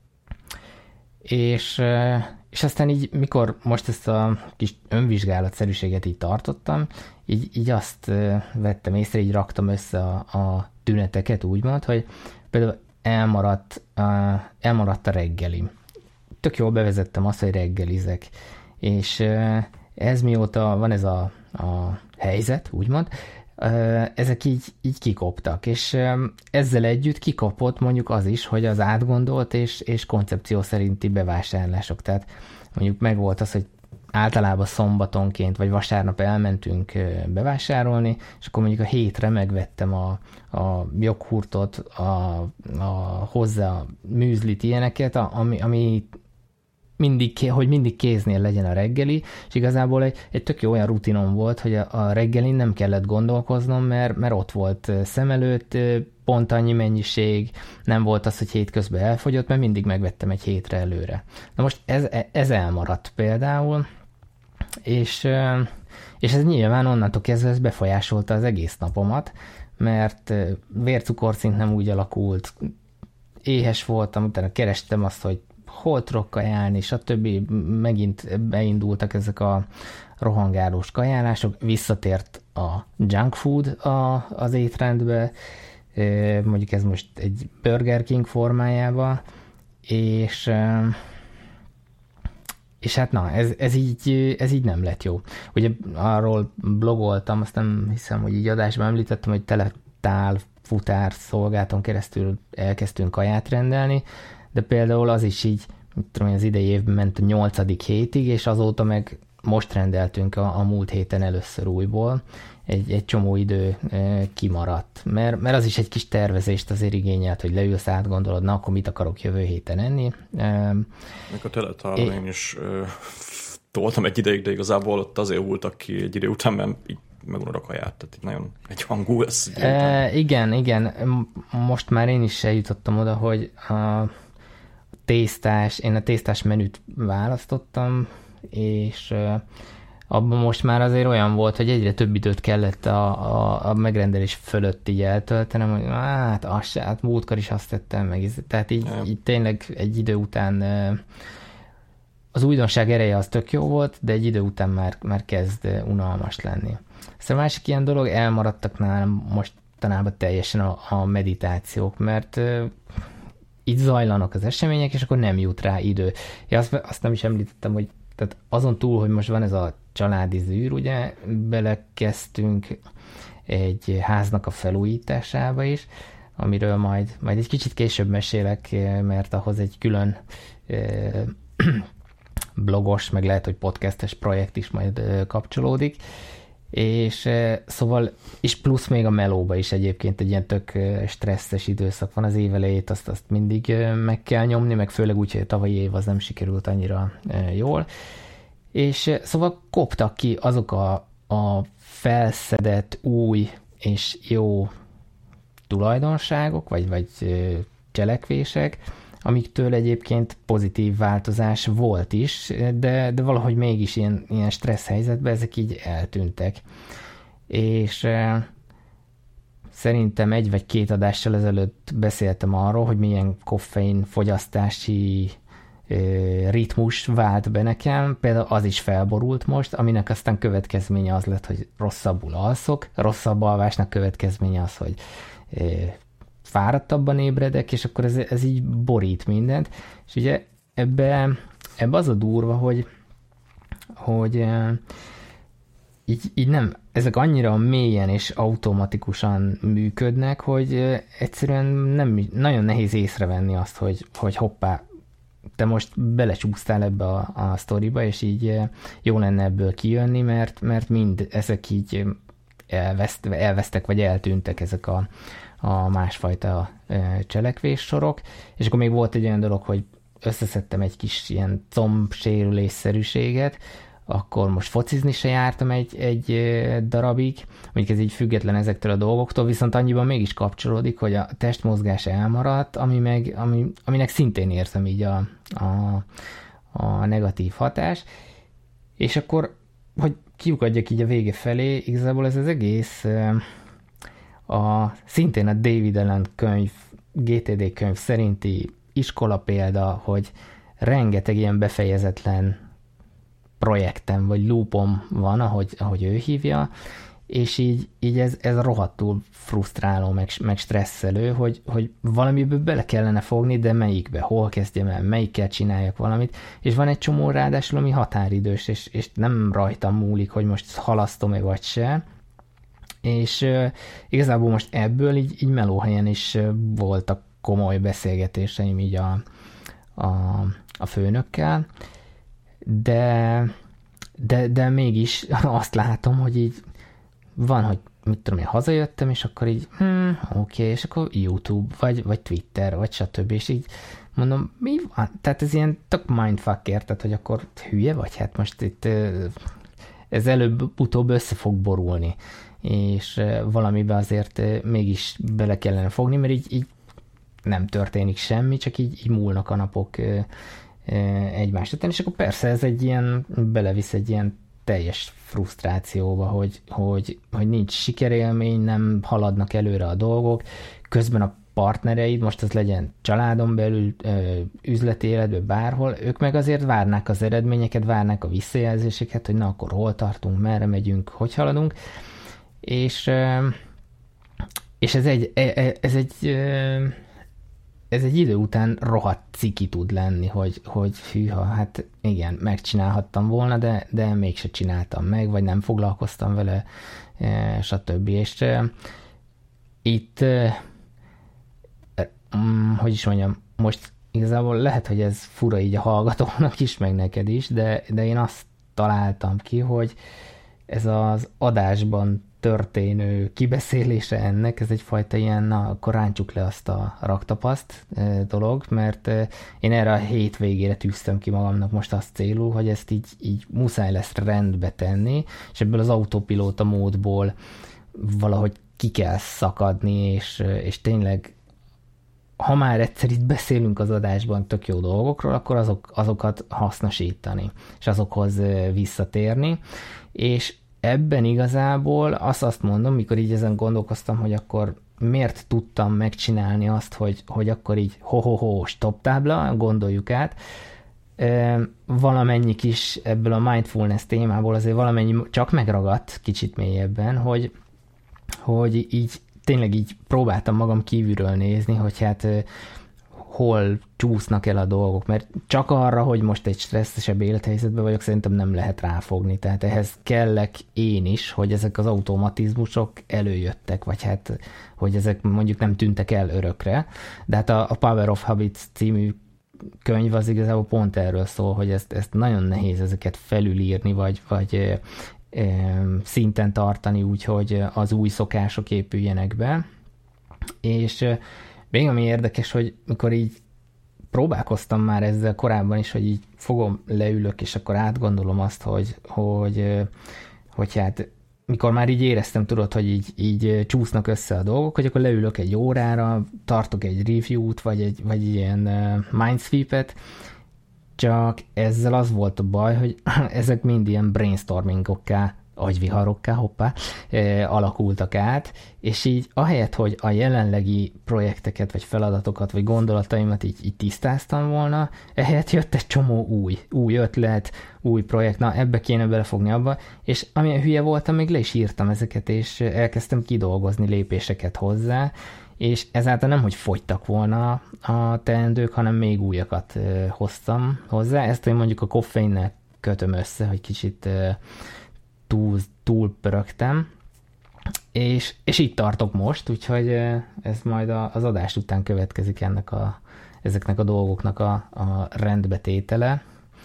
És, és aztán így, mikor most ezt a kis önvizsgálatszerűséget így tartottam, így, így azt vettem észre, így raktam össze a, a tüneteket úgymond, hogy például elmaradt, elmaradt a reggelim. Tök jól bevezettem azt, hogy reggelizek. És ez mióta van ez a, a helyzet, úgymond, ezek így, így kikoptak, és ezzel együtt kikopott mondjuk az is, hogy az átgondolt és, és koncepció szerinti bevásárlások. Tehát mondjuk megvolt az, hogy általában szombatonként vagy vasárnap elmentünk bevásárolni, és akkor mondjuk a hétre megvettem a, a joghurtot, a, a hozzá a műzlit, ilyeneket, ami, ami mindig, hogy mindig kéznél legyen a reggeli, és igazából egy, egy tök jó olyan rutinom volt, hogy a, a reggelin nem kellett gondolkoznom, mert, mert ott volt szem előtt, pont annyi mennyiség, nem volt az, hogy hétközben elfogyott, mert mindig megvettem egy hétre előre. Na most ez, ez elmaradt például, és, és ez nyilván onnantól kezdve ez befolyásolta az egész napomat, mert vércukorszint nem úgy alakult, éhes voltam, utána kerestem azt, hogy hol tudok kajálni, stb. Megint beindultak ezek a rohangálós kajálások, visszatért a junk food a, az étrendbe, mondjuk ez most egy Burger King formájában, és, és hát na, ez, ez, így, ez így nem lett jó. Ugye arról blogoltam, azt nem hiszem, hogy így adásban említettem, hogy teletál futár szolgálton keresztül elkezdtünk kaját rendelni, de például az is így, mit tudom, az idei évben ment a nyolcadik hétig, és azóta meg most rendeltünk a, a múlt héten először újból. Egy, egy csomó idő e, kimaradt. Mert, mert az is egy kis tervezést azért igényelt, hogy leülsz, átgondolod, na akkor mit akarok jövő héten enni. E, Mikor teletállam, én is ö, toltam egy ideig, de igazából ott azért hultak ki egy idő után, mert így megunod a kaját, tehát itt nagyon egy hangú lesz. E, igen, igen. Most már én is eljutottam oda, hogy a tésztás, én a tésztás menüt választottam, és abban most már azért olyan volt, hogy egyre több időt kellett a, a, a megrendelés fölött így eltöltenem, hogy hát, az se, hát múltkor is azt tettem meg. Tehát így, így tényleg egy idő után az újdonság ereje az tök jó volt, de egy idő után már, már kezd unalmas lenni. Aztán a másik ilyen dolog, elmaradtak nálam mostanában teljesen a, a meditációk, mert uh, itt zajlanak az események, és akkor nem jut rá idő. Ja, azt, azt nem is említettem, hogy tehát azon túl, hogy most van ez a családi zűr, ugye, belekezdtünk egy háznak a felújításába is, amiről majd, majd egy kicsit később mesélek, mert ahhoz egy külön uh, blogos, meg lehet, hogy podcastes projekt is majd uh, kapcsolódik, és szóval, és plusz még a melóba is egyébként egy ilyen tök stresszes időszak van az év elejét, azt, azt mindig meg kell nyomni, meg főleg úgy, hogy a tavalyi év az nem sikerült annyira jól. És szóval koptak ki azok a, a felszedett új és jó tulajdonságok, vagy, vagy cselekvések, amiktől egyébként pozitív változás volt is, de, de valahogy mégis ilyen, ilyen stressz helyzetben ezek így eltűntek. És e, szerintem egy vagy két adással ezelőtt beszéltem arról, hogy milyen koffein fogyasztási e, ritmus vált be nekem, például az is felborult most, aminek aztán következménye az lett, hogy rosszabbul alszok, rosszabb alvásnak következménye az, hogy e, fáradtabban ébredek, és akkor ez, ez így borít mindent. És ugye ebbe, ebbe az a durva, hogy, hogy e, így, így nem, ezek annyira mélyen és automatikusan működnek, hogy e, egyszerűen nem, nagyon nehéz észrevenni azt, hogy, hogy hoppá, te most belecsúsztál ebbe a, a sztoriba, és így e, jó lenne ebből kijönni, mert, mert mind ezek így elveszt, elvesztek, vagy eltűntek ezek a a másfajta cselekvéssorok, és akkor még volt egy olyan dolog, hogy összeszedtem egy kis ilyen combsérülésszerűséget, akkor most focizni se jártam egy, egy darabig, mondjuk ez így független ezektől a dolgoktól, viszont annyiban mégis kapcsolódik, hogy a testmozgás elmaradt, ami meg, ami, aminek szintén érzem így a, a, a negatív hatás, és akkor, hogy kiukadjak így a vége felé, igazából ez az egész a, szintén a David Allen könyv, gé té dé könyv szerinti iskola példa, hogy rengeteg ilyen befejezetlen projektem, vagy loopom van, ahogy, ahogy ő hívja, és így, így ez, ez rohadtul frusztráló, meg, meg stresszelő, hogy, hogy valamiből bele kellene fogni, de melyikbe, hol kezdjem el, melyikkel csináljak valamit, és van egy csomó ráadásul, ami határidős, és, és nem rajtam múlik, hogy most halasztom-e vagy se, és uh, igazából most ebből így, így melóhelyen is uh, voltak komoly beszélgetéseim így a, a, a főnökkel, de, de, de mégis azt látom, hogy így van, hogy mit tudom én, hazajöttem, és akkor így, hmm, oké, okay, és akkor YouTube, vagy, vagy Twitter, vagy stb. És így mondom, mi van? Tehát ez ilyen tök mindfuck, érted, hogy akkor hülye vagy? Hát most itt ez előbb-utóbb össze fog borulni, és valamiben azért mégis bele kellene fogni, mert így, így nem történik semmi, csak így, így múlnak a napok egymás után, és akkor persze ez egy ilyen, belevisz egy ilyen teljes frusztrációba, hogy, hogy, hogy nincs sikerélmény, nem haladnak előre a dolgok, közben a partnereid, most az legyen családon belül, üzleti életben, bárhol, ők meg azért várnák az eredményeket, várnák a visszajelzéseket, hogy na akkor hol tartunk, merre megyünk, hogy haladunk, és, és ez egy, ez egy ez egy idő után rohadt ciki tud lenni, hogy, hogy hűha, hát igen, megcsinálhattam volna, de, de mégse csináltam meg, vagy nem foglalkoztam vele, e, stb. És e, itt, e, e, hogy is mondjam, most igazából lehet, hogy ez fura így a hallgatónak is, meg neked is, de, de én azt találtam ki, hogy ez az adásban történő kibeszélése ennek, ez egyfajta ilyen, na, akkor rántsuk le azt a raktapaszt e, dolog, mert e, én erre a hétvégére tűztem ki magamnak most azt célul, hogy ezt így, így muszáj lesz rendbe tenni, és ebből az autopilóta módból valahogy ki kell szakadni, és, és tényleg ha már egyszer itt beszélünk az adásban tök jó dolgokról, akkor azok, azokat hasznosítani, és azokhoz visszatérni, és ebben igazából azt, azt mondom, mikor így ezen gondolkoztam, hogy akkor miért tudtam megcsinálni azt, hogy, hogy akkor így ho-ho-ho, stop tábla, gondoljuk át, e, valamennyi kis ebből a mindfulness témából azért valamennyi csak megragadt kicsit mélyebben, hogy, hogy így tényleg így próbáltam magam kívülről nézni, hogy hát hol csúsznak el a dolgok, mert csak arra, hogy most egy stresszesebb élethelyzetben vagyok, szerintem nem lehet ráfogni, tehát ehhez kellek én is, hogy ezek az automatizmusok előjöttek, vagy hát, hogy ezek mondjuk nem tűntek el örökre, de hát a, a Power of Habits című könyv az igazából pont erről szól, hogy ezt, ezt nagyon nehéz ezeket felülírni, vagy, vagy e, e, szinten tartani úgy, hogy az új szokások épüljenek be, és még ami érdekes, hogy mikor így próbálkoztam már ezzel korábban is, hogy így fogom, leülök, és akkor átgondolom azt, hogy, hogy, hogy hát mikor már így éreztem, tudod, hogy így, így csúsznak össze a dolgok, hogy akkor leülök egy órára, tartok egy review-t, vagy egy, vagy egy ilyen mindsweep-et, csak ezzel az volt a baj, hogy ezek mind ilyen brainstormingokká, agyviharokká, hoppá, e, alakultak át, és így ahelyett, hogy a jelenlegi projekteket, vagy feladatokat, vagy gondolataimat így, így tisztáztam volna, ehelyett jött egy csomó új, új ötlet, új projekt, na ebbe kéne belefogni abba, és amilyen hülye voltam, még le is írtam ezeket, és elkezdtem kidolgozni lépéseket hozzá, és ezáltal nem, hogy fogytak volna a teendők, hanem még újakat e, hoztam hozzá. Ezt én mondjuk a koffeinnel kötöm össze, hogy kicsit e, túl, túl pörögtem, és, és itt tartok most, úgyhogy ez majd az adás után következik ennek a, ezeknek a dolgoknak a, a rendbetétele,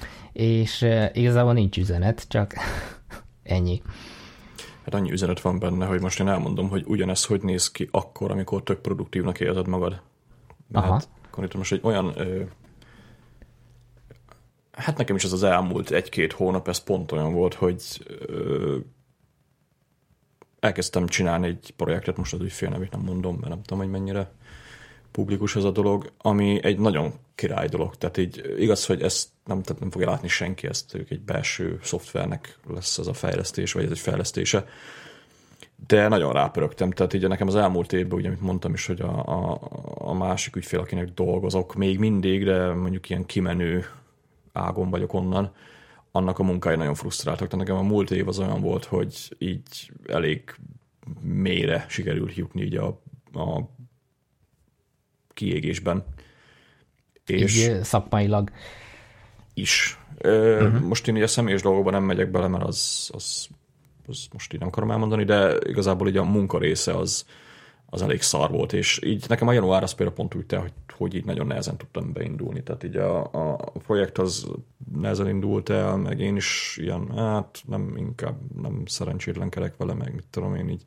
és igazából nincs üzenet, csak ennyi. Hát annyi üzenet van benne, hogy most én elmondom, hogy ugyanez hogy néz ki akkor, amikor tök produktívnak érzed magad. Mert Aha. Akkor itt most egy olyan ö, hát nekem is az az elmúlt egy-két hónap, ez pont olyan volt, hogy ö, elkezdtem csinálni egy projektet, most az ügyfél nevét nem mondom, mert nem tudom, hogy mennyire publikus ez a dolog, ami egy nagyon király dolog. Tehát így igaz, hogy ezt nem, tehát nem fogja látni senki, ezt ők egy belső szoftvernek lesz ez a fejlesztés, vagy ez egy fejlesztése. De nagyon rápörögtem. Tehát így nekem az elmúlt évben, ugye, amit mondtam is, hogy a, a, a másik ügyfél, akinek dolgozok, még mindig, de mondjuk ilyen kimenő ágon vagyok onnan, annak a munkája nagyon frusztráltak. Tehát nekem a múlt év az olyan volt, hogy így elég mélyre sikerült jutni így a, a kiégésben. És így szakmailag is. Uh-huh. Most én így a személyes dolgokban nem megyek bele, mert az, az, az most így nem akarom elmondani, de igazából így a munka része az, az elég szar volt, és így nekem a január az például pont úgy, hogy, hogy így nagyon nehezen tudtam beindulni. Tehát így a, a projekt az nehezen indult el, meg én is ilyen, hát nem inkább nem szerencsétlenkedek vele, meg mit tudom én így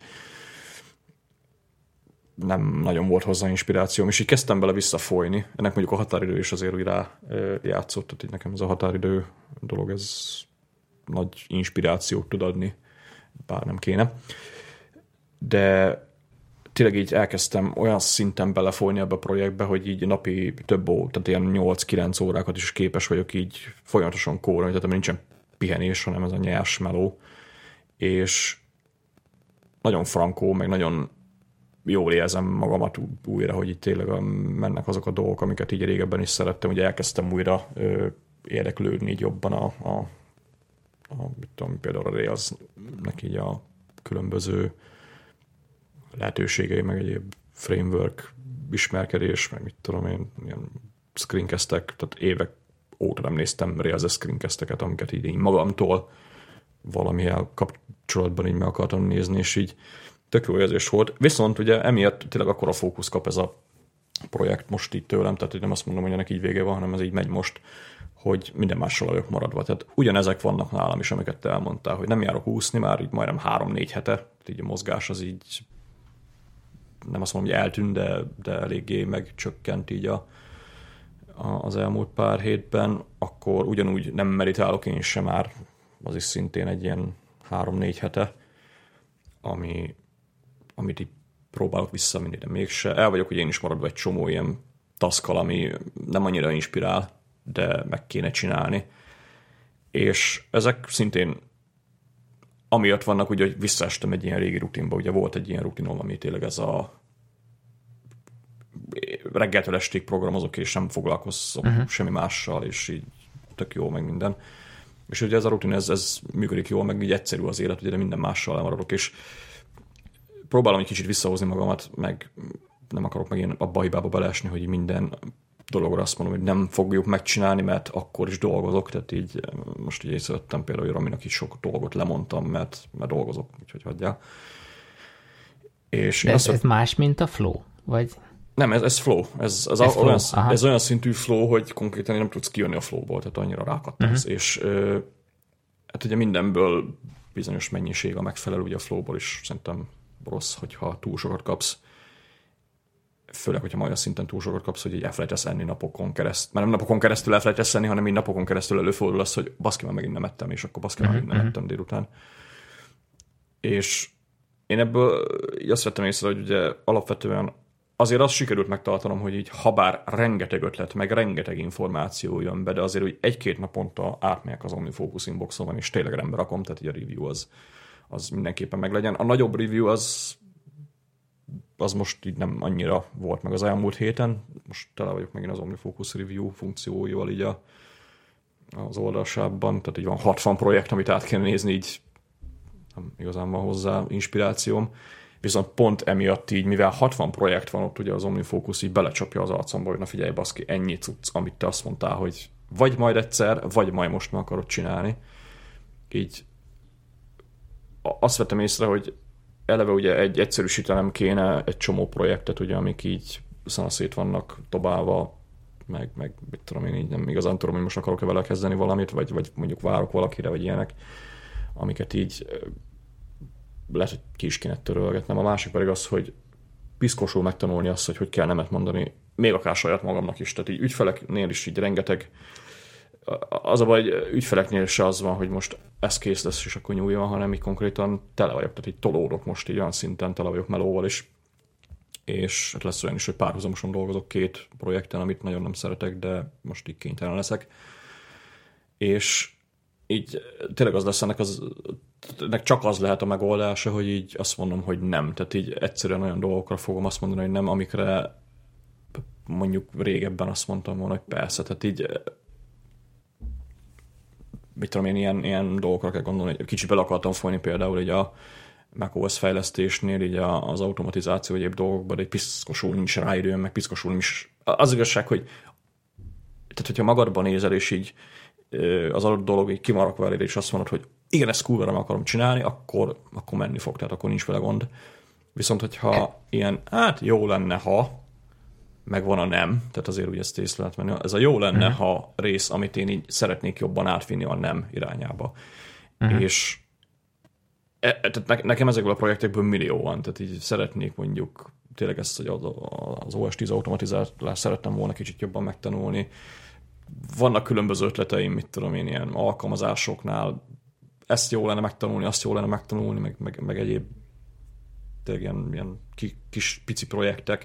nem nagyon volt hozzá inspirációm, és így kezdtem bele visszafolyni. Ennek mondjuk a határidő is azért úgy rá játszott, tehát így nekem ez a határidő dolog, ez nagy inspirációt tud adni, bár nem kéne. De tényleg így elkezdtem olyan szinten belefolyni ebbe a projektbe, hogy így napi több ó, tehát ilyen nyolc-kilenc órákat is képes vagyok így folyamatosan kórolni, tehát nincsen pihenés, hanem ez a nyers meló. És nagyon frankó, meg nagyon jól érzem magamat újra, hogy itt tényleg mennek azok a dolgok, amiket így régebben is szerettem, hogy elkezdtem újra ö, érdeklődni így jobban a, a, a mit tudom, például a Rails-nek így a különböző lehetőségei, meg egyéb framework ismerkedés, meg mit tudom én, ilyen screencastek, tehát évek óta nem néztem Rails screencasteket, amiket így, így magamtól valamivel kapcsolatban így meg akartam nézni, és így tök jó érzés volt. Viszont ugye emiatt tényleg akkora fókusz kap ez a projekt most így tőlem, tehát nem azt mondom, hogy ennek így vége van, hanem ez így megy most, hogy minden mással vagyok maradva. Tehát ugyanezek vannak nálam is, amiket te elmondtál, hogy nem járok úszni, már így majdnem három-négy hete, így a mozgás az így nem azt mondom, hogy eltűnt, de, de eléggé megcsökkent így a, a, az elmúlt pár hétben, akkor ugyanúgy nem meditálok én sem már, az is szintén egy ilyen három-négy hete, ami amit így próbálok visszamenni, de mégse. El vagyok, hogy én is maradva egy csomó ilyen taszkal, ami nem annyira inspirál, de meg kéne csinálni. És ezek szintén amiatt vannak, ugye, hogy visszaestem egy ilyen régi rutinba. Ugye volt egy ilyen rutinom, ami tényleg ez a reggeltől estig programozok, és nem foglalkozom uh-huh. semmi mással, és így tök jó, meg minden. És ugye ez a rutin, ez, ez működik jól, meg így egyszerű az élet, ugye, de minden mással elmaradok, és próbálom egy kicsit visszahozni magamat, meg nem akarok meg én abba a hibába beleesni, hogy minden dologra azt mondom, hogy nem fogjuk megcsinálni, mert akkor is dolgozok, tehát így most így észrevettem például, hogy Raminak is sok dolgot lemondtam, mert, mert dolgozok, úgyhogy hagyjál. És De ez, ez más, mint a flow? Vagy? Nem, ez, ez flow. Ez, ez, ez, flow. Olyan, ez olyan szintű flow, hogy konkrétan nem tudsz kijönni a flowból, tehát annyira rákattansz. Uh-huh. És ö, hát ugye mindenből bizonyos mennyiség a megfelelő, ugye a flowból is szerintem rossz, hogyha túl sokat kapsz. Főleg, hogyha majd a szinten túl sokat kapsz, hogy így elfelejtesz enni napokon keresztül. Mert nem napokon keresztül elfelejtesz enni, hanem így napokon keresztül előfordul az, hogy baszki, már megint nem ettem, és akkor baszki, már megint nem ettem délután. És én ebből azt vettem észre, hogy ugye alapvetően azért azt sikerült megtartanom, hogy így habár rengeteg ötlet, meg rengeteg információ jön be, de azért, hogy egy-két naponta átmegyek az OmniFocus inboxon, és tényleg rendbe rakom, tehát így a review az, az mindenképpen meglegyen. A nagyobb review az, az most így nem annyira volt meg az elmúlt héten. Most tele vagyok megint az OmniFocus review funkcióival így a, az oldalsában, tehát így van hatvan projekt, amit át kell nézni, így nem igazán van hozzá inspirációm. Viszont pont emiatt így, mivel hatvan projekt van ott, ugye az OmniFocus így belecsapja az arcomba, hogy na figyelj baszki, ennyi cucc, amit te azt mondtál, hogy vagy majd egyszer, vagy majd most meg akarod csinálni. Így azt vettem észre, hogy eleve ugye egy egyszerűsítenem kéne egy csomó projektet, ugye, amik így szanaszét vannak dobálva, meg, meg mit tudom én, így nem igazán tudom, hogy most akarok-e vele kezdeni valamit, vagy, vagy mondjuk várok valakire, vagy ilyenek, amiket így lehet, hogy ki is kéne törölgetnem. A másik pedig az, hogy piszkosul megtanulni azt, hogy hogy kell nemet mondani, még akár saját magamnak is. Tehát így ügyfeleknél is így rengeteg az a baj, hogy ügyfeleknél se az van, hogy most ez kész lesz, és akkor nyúljon, hanem így konkrétan tele vagyok, tehát így tolódok most így olyan szinten, tele vagyok melóval is, és lesz olyan is, hogy párhuzamosan dolgozok két projekten, amit nagyon nem szeretek, de most így kénytelen leszek. És így tényleg az lesz ennek, az, ennek csak az lehet a megoldása, hogy így azt mondom, hogy nem. Tehát így egyszerűen olyan dolgokra fogom azt mondani, hogy nem, amikre mondjuk régebben azt mondtam volna, hogy persze. Tehát így mit tudom én, ilyen, ilyen dolgokra kell gondolni, hogy kicsit bele akartam folyni például így a macOS fejlesztésnél, így az automatizáció egyéb dolgokban, de egy piszkosul nincs rá időm, meg piszkosul nincs. Az igazság, hogy tehát, hogyha magadban nézel, és így az adott dolog így kimarakva elér, és azt mondod, hogy igen, ezt kurvára meg akarom csinálni, akkor, akkor menni fog, tehát akkor nincs vele gond. Viszont, hogyha ilyen, hát jó lenne, ha, meg van a nem, tehát azért úgy ezt észre lehet menni, ez a jó lenne, uh-huh. ha rész, amit én így szeretnék jobban átvinni a nem irányába. Uh-huh. És e, tehát nekem ezekből a projektekből millió van, tehát így szeretnék mondjuk tényleg ezt, hogy az o es tíz automatizálást szerettem volna kicsit jobban megtanulni. Vannak különböző ötleteim, mit tudom én, ilyen alkalmazásoknál, ezt jó lenne megtanulni, azt jó lenne megtanulni, meg, meg, meg egyéb tényleg ilyen, ilyen kis pici projektek,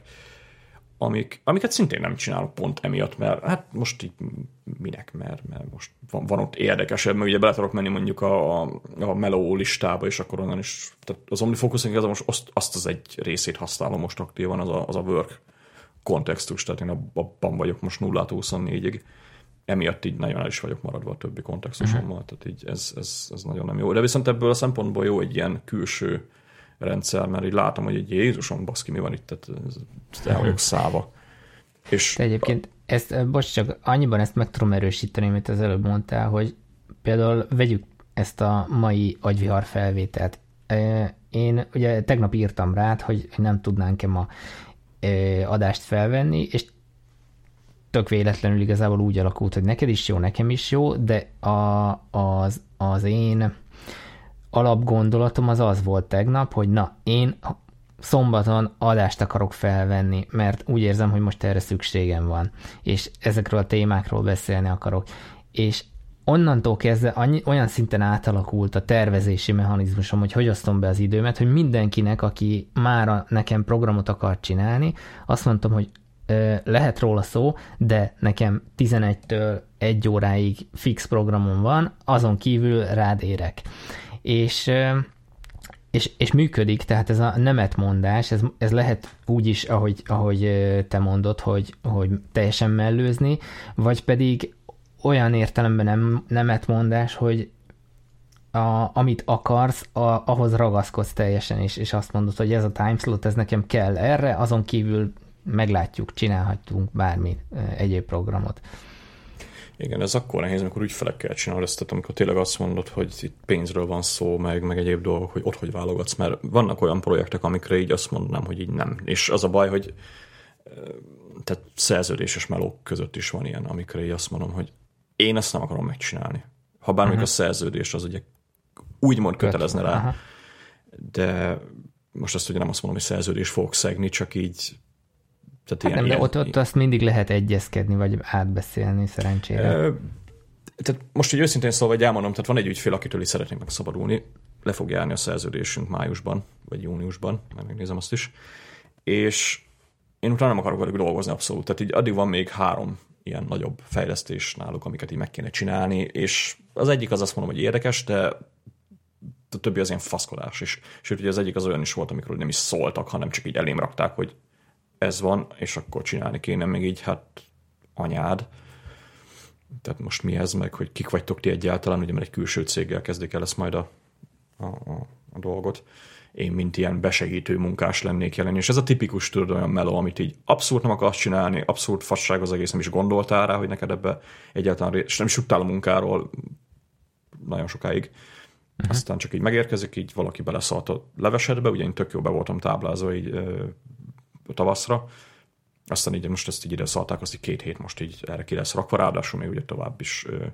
amik, amiket szintén nem csinálok pont emiatt, mert hát most így minek, mert, mert most van, van ott érdekesebb, mert ugye bele tudok menni mondjuk a, a Mellow listába, és akkor onnan is, tehát az OmniFocusing az most azt, azt az egy részét használom most aktívan, az a, az a work kontextus, tehát én abban vagyok most nullától huszonnégyig, emiatt így nagyon el is vagyok maradva a többi kontextusommal, uh-huh. tehát így ez, ez, ez nagyon nem jó. De viszont ebből a szempontból jó egy ilyen külső rendszer, mert így látom, hogy egy Jézusom, baszki, mi van itt, tehát el vagyok szállva. És de egyébként ezt, bocs, csak annyiban ezt meg tudom erősíteni, amit az előbb mondtál, hogy például vegyük ezt a mai agyvihar felvételt. Én ugye tegnap írtam rád, hogy nem tudnánk-e ma adást felvenni, és tök véletlenül igazából úgy alakult, hogy neked is jó, nekem is jó, de a, az, az én alapgondolatom az az volt tegnap, hogy na, én szombaton adást akarok felvenni, mert úgy érzem, hogy most erre szükségem van, és ezekről a témákról beszélni akarok. És onnantól kezdve annyi, olyan szinten átalakult a tervezési mechanizmusom, hogy hogy osztom be az időmet, hogy mindenkinek, aki mára nekem programot akar csinálni, azt mondtam, hogy ö, lehet róla szó, de nekem tizenegytől egy óráig fix programom van, azon kívül rád érek. És, és, és működik, tehát ez a nemetmondás, ez, ez lehet úgy is, ahogy, ahogy te mondod, hogy, hogy teljesen mellőzni, vagy pedig olyan értelemben nem, nemetmondás, hogy a, amit akarsz, a, ahhoz ragaszkodsz teljesen, és, és azt mondod, hogy ez a timeslot, ez nekem kell erre, azon kívül meglátjuk, csinálhatunk bármi egyéb programot. Igen, ez akkor nehéz, amikor ügyfelekkel csinálod ezt, tehát amikor tényleg azt mondod, hogy itt pénzről van szó, meg, meg egyéb dolgok, hogy ott hogy válogatsz, mert vannak olyan projektek, amikre így azt mondanám, hogy így nem. És az a baj, hogy tehát szerződéses melók között is van ilyen, amikre így azt mondom, hogy én ezt nem akarom megcsinálni. Ha bármelyik uh-huh. a szerződés, az ugye úgymond kötelezne rá, uh-huh. de most azt ugye nem azt mondom, hogy szerződés fogok szegni, csak így tehát hát ilyen, nem, de ilyen, ott, ott azt mindig lehet egyezkedni, vagy átbeszélni szerencsére. E, tehát most így őszintén szólva, hogy elmondom, tehát van egy ügyfél, akitől is szeretnénk megszabadulni, le fog járni a szerződésünk májusban, vagy júniusban, már megnézem azt is, és én utána nem akarok velük dolgozni abszolút, tehát így addig van még három ilyen nagyobb fejlesztés náluk, amiket így meg kéne csinálni, és az egyik az azt mondom, hogy érdekes, de a többi az ilyen faszkodás is. Sőt, ugye az egyik az olyan is volt, amikor nem is szóltak, hanem csak így elém rakták, hogy ez van, és akkor csinálni kéne még így, hát anyád. Tehát most mi ez, meg hogy kik vagytok ti egyáltalán, ugye mert egy külső céggel kezdik el ezt majd a, a, a, a dolgot. Én, mint ilyen besegítő munkás lennék jelen, és ez a tipikus, tudod, olyan meló, amit így abszolút nem akarsz csinálni, abszolút fasság az egész, nem is gondoltál rá, hogy neked ebbe egyáltalán, és nem is tudtál a munkáról nagyon sokáig. Uh-huh. Aztán csak így megérkezik, így valaki beleszalt a levesedbe, ugye én tök jó be voltam táblázva így ö, tavaszra, aztán így most ezt így ide szalták, azt így két hét most így erre ki lesz rakva, ráadásul még ugye tovább is ö,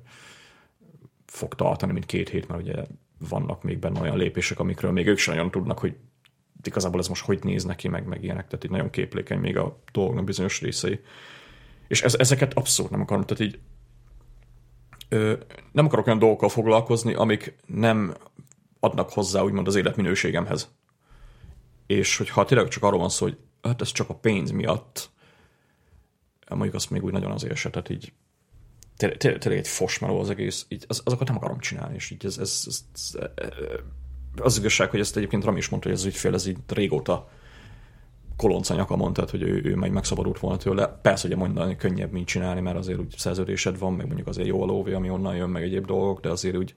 fog tartani, mint két hét, mert ugye vannak még benne olyan lépések, amikről még ők sem nagyon tudnak, hogy igazából ez most hogy néz neki, meg, meg ilyenek, tehát így nagyon képlékeny még a dolgnak bizonyos részei. És ez, ezeket abszolút nem akarom, tehát így ö, nem akarok olyan dolgokkal foglalkozni, amik nem adnak hozzá úgymond az életminőségemhez. És hogyha tényleg csak arról van szó, hogy hát ez csak a pénz miatt, mondjuk azt még úgy nagyon azért se, tehát így tényleg, tényleg egy fosmeló az egész, így, az, azokat nem akarom csinálni, és így ez, ez, ez, ez, az igazság, hogy ezt egyébként Rami is mondta, hogy ez az ügyfél, ez így régóta kolonca nyaka mondta, hogy ő, ő meg megszabadult volna tőle. Persze, hogy mondani könnyebb, mint csinálni, mert azért úgy szerződésed van, meg mondjuk azért jó a lóvé, ami onnan jön, meg egyéb dolgok, de azért úgy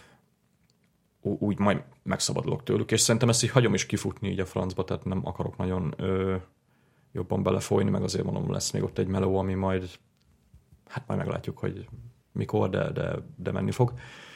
úgy majd megszabadulok tőlük, és szerintem ezt így hagyom is kifutni így a francba, tehát nem akarok nagyon ö, jobban belefolyni, meg azért mondom, lesz még ott egy meló, ami majd, hát majd meglátjuk, hogy mikor, de, de, de menni fog.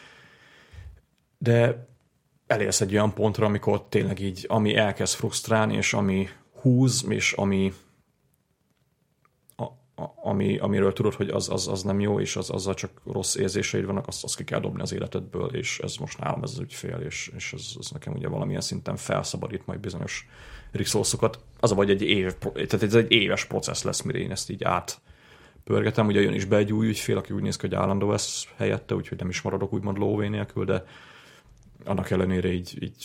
De elérsz egy olyan pontra, amikor tényleg így, ami elkezd frusztrálni, és ami húz, és ami, a, a, ami amiről tudod, hogy az, az, az nem jó, és az, azzal csak rossz érzéseid vannak, azt, azt ki kell dobni az életedből, és ez most nálam ez az ügyfél, és, és ez, ez nekem ugye valamilyen szinten felszabadít majd bizonyos resource-okat. Az a vagy egy év, tehát ez egy éves processz lesz, mire én ezt így átpörgetem. Ugye jön is be egy új ügyfél, aki úgy néz ki, hogy állandó lesz helyette, úgyhogy nem is maradok úgymond lóvé nélkül, de annak ellenére így, így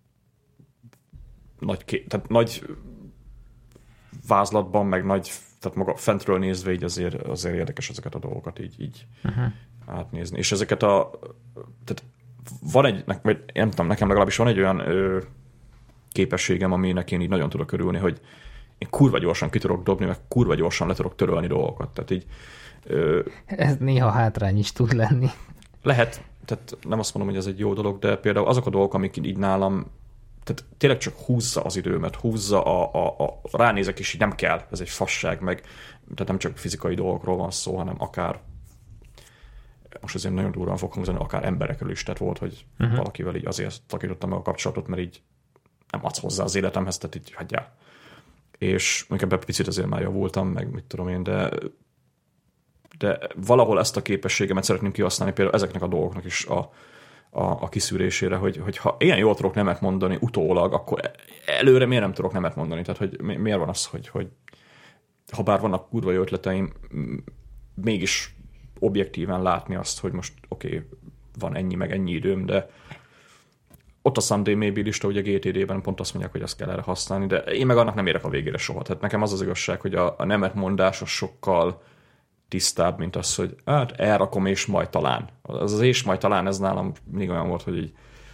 nagy, ké- tehát nagy vázlatban, meg nagy, tehát maga fentről nézve így azért, azért érdekes ezeket a dolgokat így, így uh-huh. átnézni. És ezeket a, tehát van egy, vagy nem tudom, nekem legalábbis van egy olyan ö, képességem, aminek én így nagyon tudok örülni, hogy én kurva gyorsan ki tudok dobni, meg kurva gyorsan le tudok törölni dolgokat. Tehát így, ö, ez néha hátrány is tud lenni. Lehet, tehát nem azt mondom, hogy ez egy jó dolog, de például azok a dolgok, amik így nálam, tehát tényleg csak húzza az időmet, húzza a, a, a ránézek, és így nem kell, ez egy fasság, meg tehát nem csak fizikai dolgokról van szó, hanem akár, most azért nagyon durván fog hangzani, akár emberekről is, tehát volt, hogy uh-huh. valakivel így azért takítottam meg a kapcsolatot, mert így nem adsz hozzá az életemhez, tehát így hagyjál. És mondjuk ebben picit azért már javultam, meg mit tudom én, de de valahol ezt a képességemet szeretném kihasználni például ezeknek a dolgoknak is a, a, a kiszűrésére, hogy, hogy ha ilyen jól tudok nemet mondani utólag, akkor előre miért nem tudok nemet mondani? Tehát, hogy miért van az, hogy, hogy ha bár vannak kurva jó ötleteim, mégis objektíven látni azt, hogy most oké, okay, van ennyi, meg ennyi időm, de ott a Sunday Maybe lista, ugye gé té dé-ben pont azt mondják, hogy azt kell erre használni, de én meg annak nem érek a végére soha. Tehát nekem az az igazság, hogy a, a nemet mondás az sokkal tisztább, mint az, hogy hát elrakom, és majd talán. Az az és majd talán, ez nálam mindig olyan volt, hogy így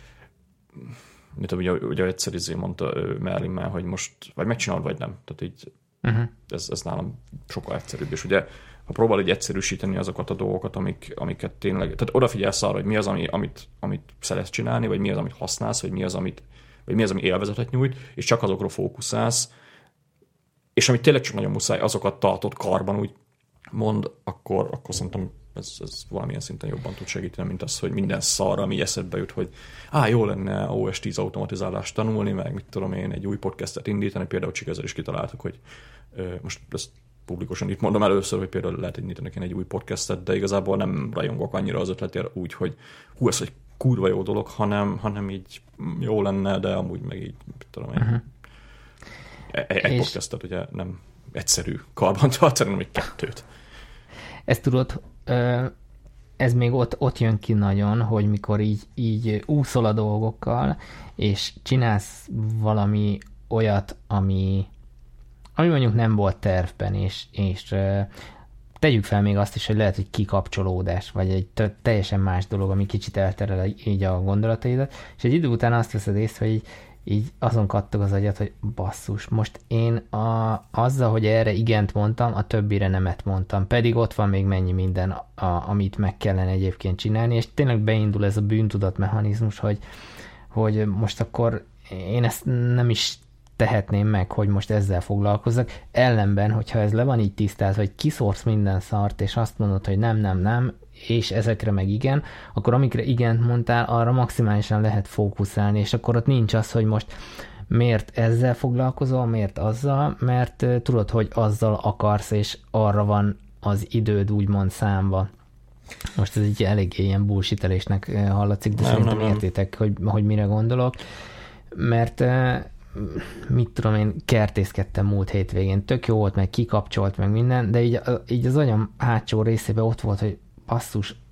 mit tudom, ugye, ugye egyszer izé mondta Merlin már, hogy most vagy megcsinálod, vagy nem. Tehát így uh-huh. ez, ez nálam sokkal egyszerűbb. És ugye, ha próbál így egyszerűsíteni azokat a dolgokat, amik, amiket tényleg, tehát odafigyelsz arra, hogy mi az, ami, amit, amit szeretsz csinálni, vagy mi az, amit használsz, vagy mi az, amit, vagy mi az, ami élvezetet nyújt, és csak azokra fókuszálsz, és amit tényleg csak nagyon muszáj, azokat tartod karban, úgy mond, akkor, akkor szerintem ez, ez valamilyen szinten jobban tud segíteni, mint az, hogy minden szarra, ami eszedbe jut, hogy á, jó lenne o es tíz automatizálást tanulni, meg mit tudom én, egy új podcastet indítani, például csak ezzel is kitaláltuk, hogy ö, most ezt publikusan itt mondom először, hogy például lehet indítani egy új podcastet, de igazából nem rajongok annyira az ötletért úgy, hogy hú, ez egy kurva jó dolog, hanem, hanem így jó lenne, de amúgy meg így, mit tudom én. Uh-huh. Egy, egy podcastet ugye nem egyszerű karban tartani, hanem egy kettőt. Ezt tudod, ez még ott, ott jön ki nagyon, hogy mikor így, így úszol a dolgokkal, és csinálsz valami olyat, ami, ami mondjuk nem volt tervben, és, és tegyük fel még azt is, hogy lehet, hogy kikapcsolódás, vagy egy t- teljesen más dolog, ami kicsit elterel így a gondolataidat, és egy idő után azt veszed észre, hogy így, így azon kattog az agyat, hogy basszus, most én a, azzal, hogy erre igent mondtam, a többire nemet mondtam, pedig ott van még mennyi minden, a, amit meg kellene egyébként csinálni, és tényleg beindul ez a bűntudatmechanizmus, hogy, hogy most akkor én ezt nem is tehetném meg, hogy most ezzel foglalkozzak. Ellenben, hogyha ez le van így tisztázva, hogy kiszórsz minden szart, és azt mondod, hogy nem, nem, nem, és ezekre meg igen, akkor amikre igent mondtál, arra maximálisan lehet fókuszálni, és akkor ott nincs az, hogy most miért ezzel foglalkozol, miért azzal, mert uh, tudod, hogy azzal akarsz, és arra van az időd úgymond számva. Most ez egy eléggé ilyen bullshitelésnek uh, hallatszik, de nem, szerintem nem, nem. Értétek, hogy, hogy mire gondolok, mert uh, mit tudom én, kertészkedtem múlt hétvégén, tök jó volt, meg kikapcsolt, meg minden, de így, így az agyam hátsó részében ott volt, hogy basszus,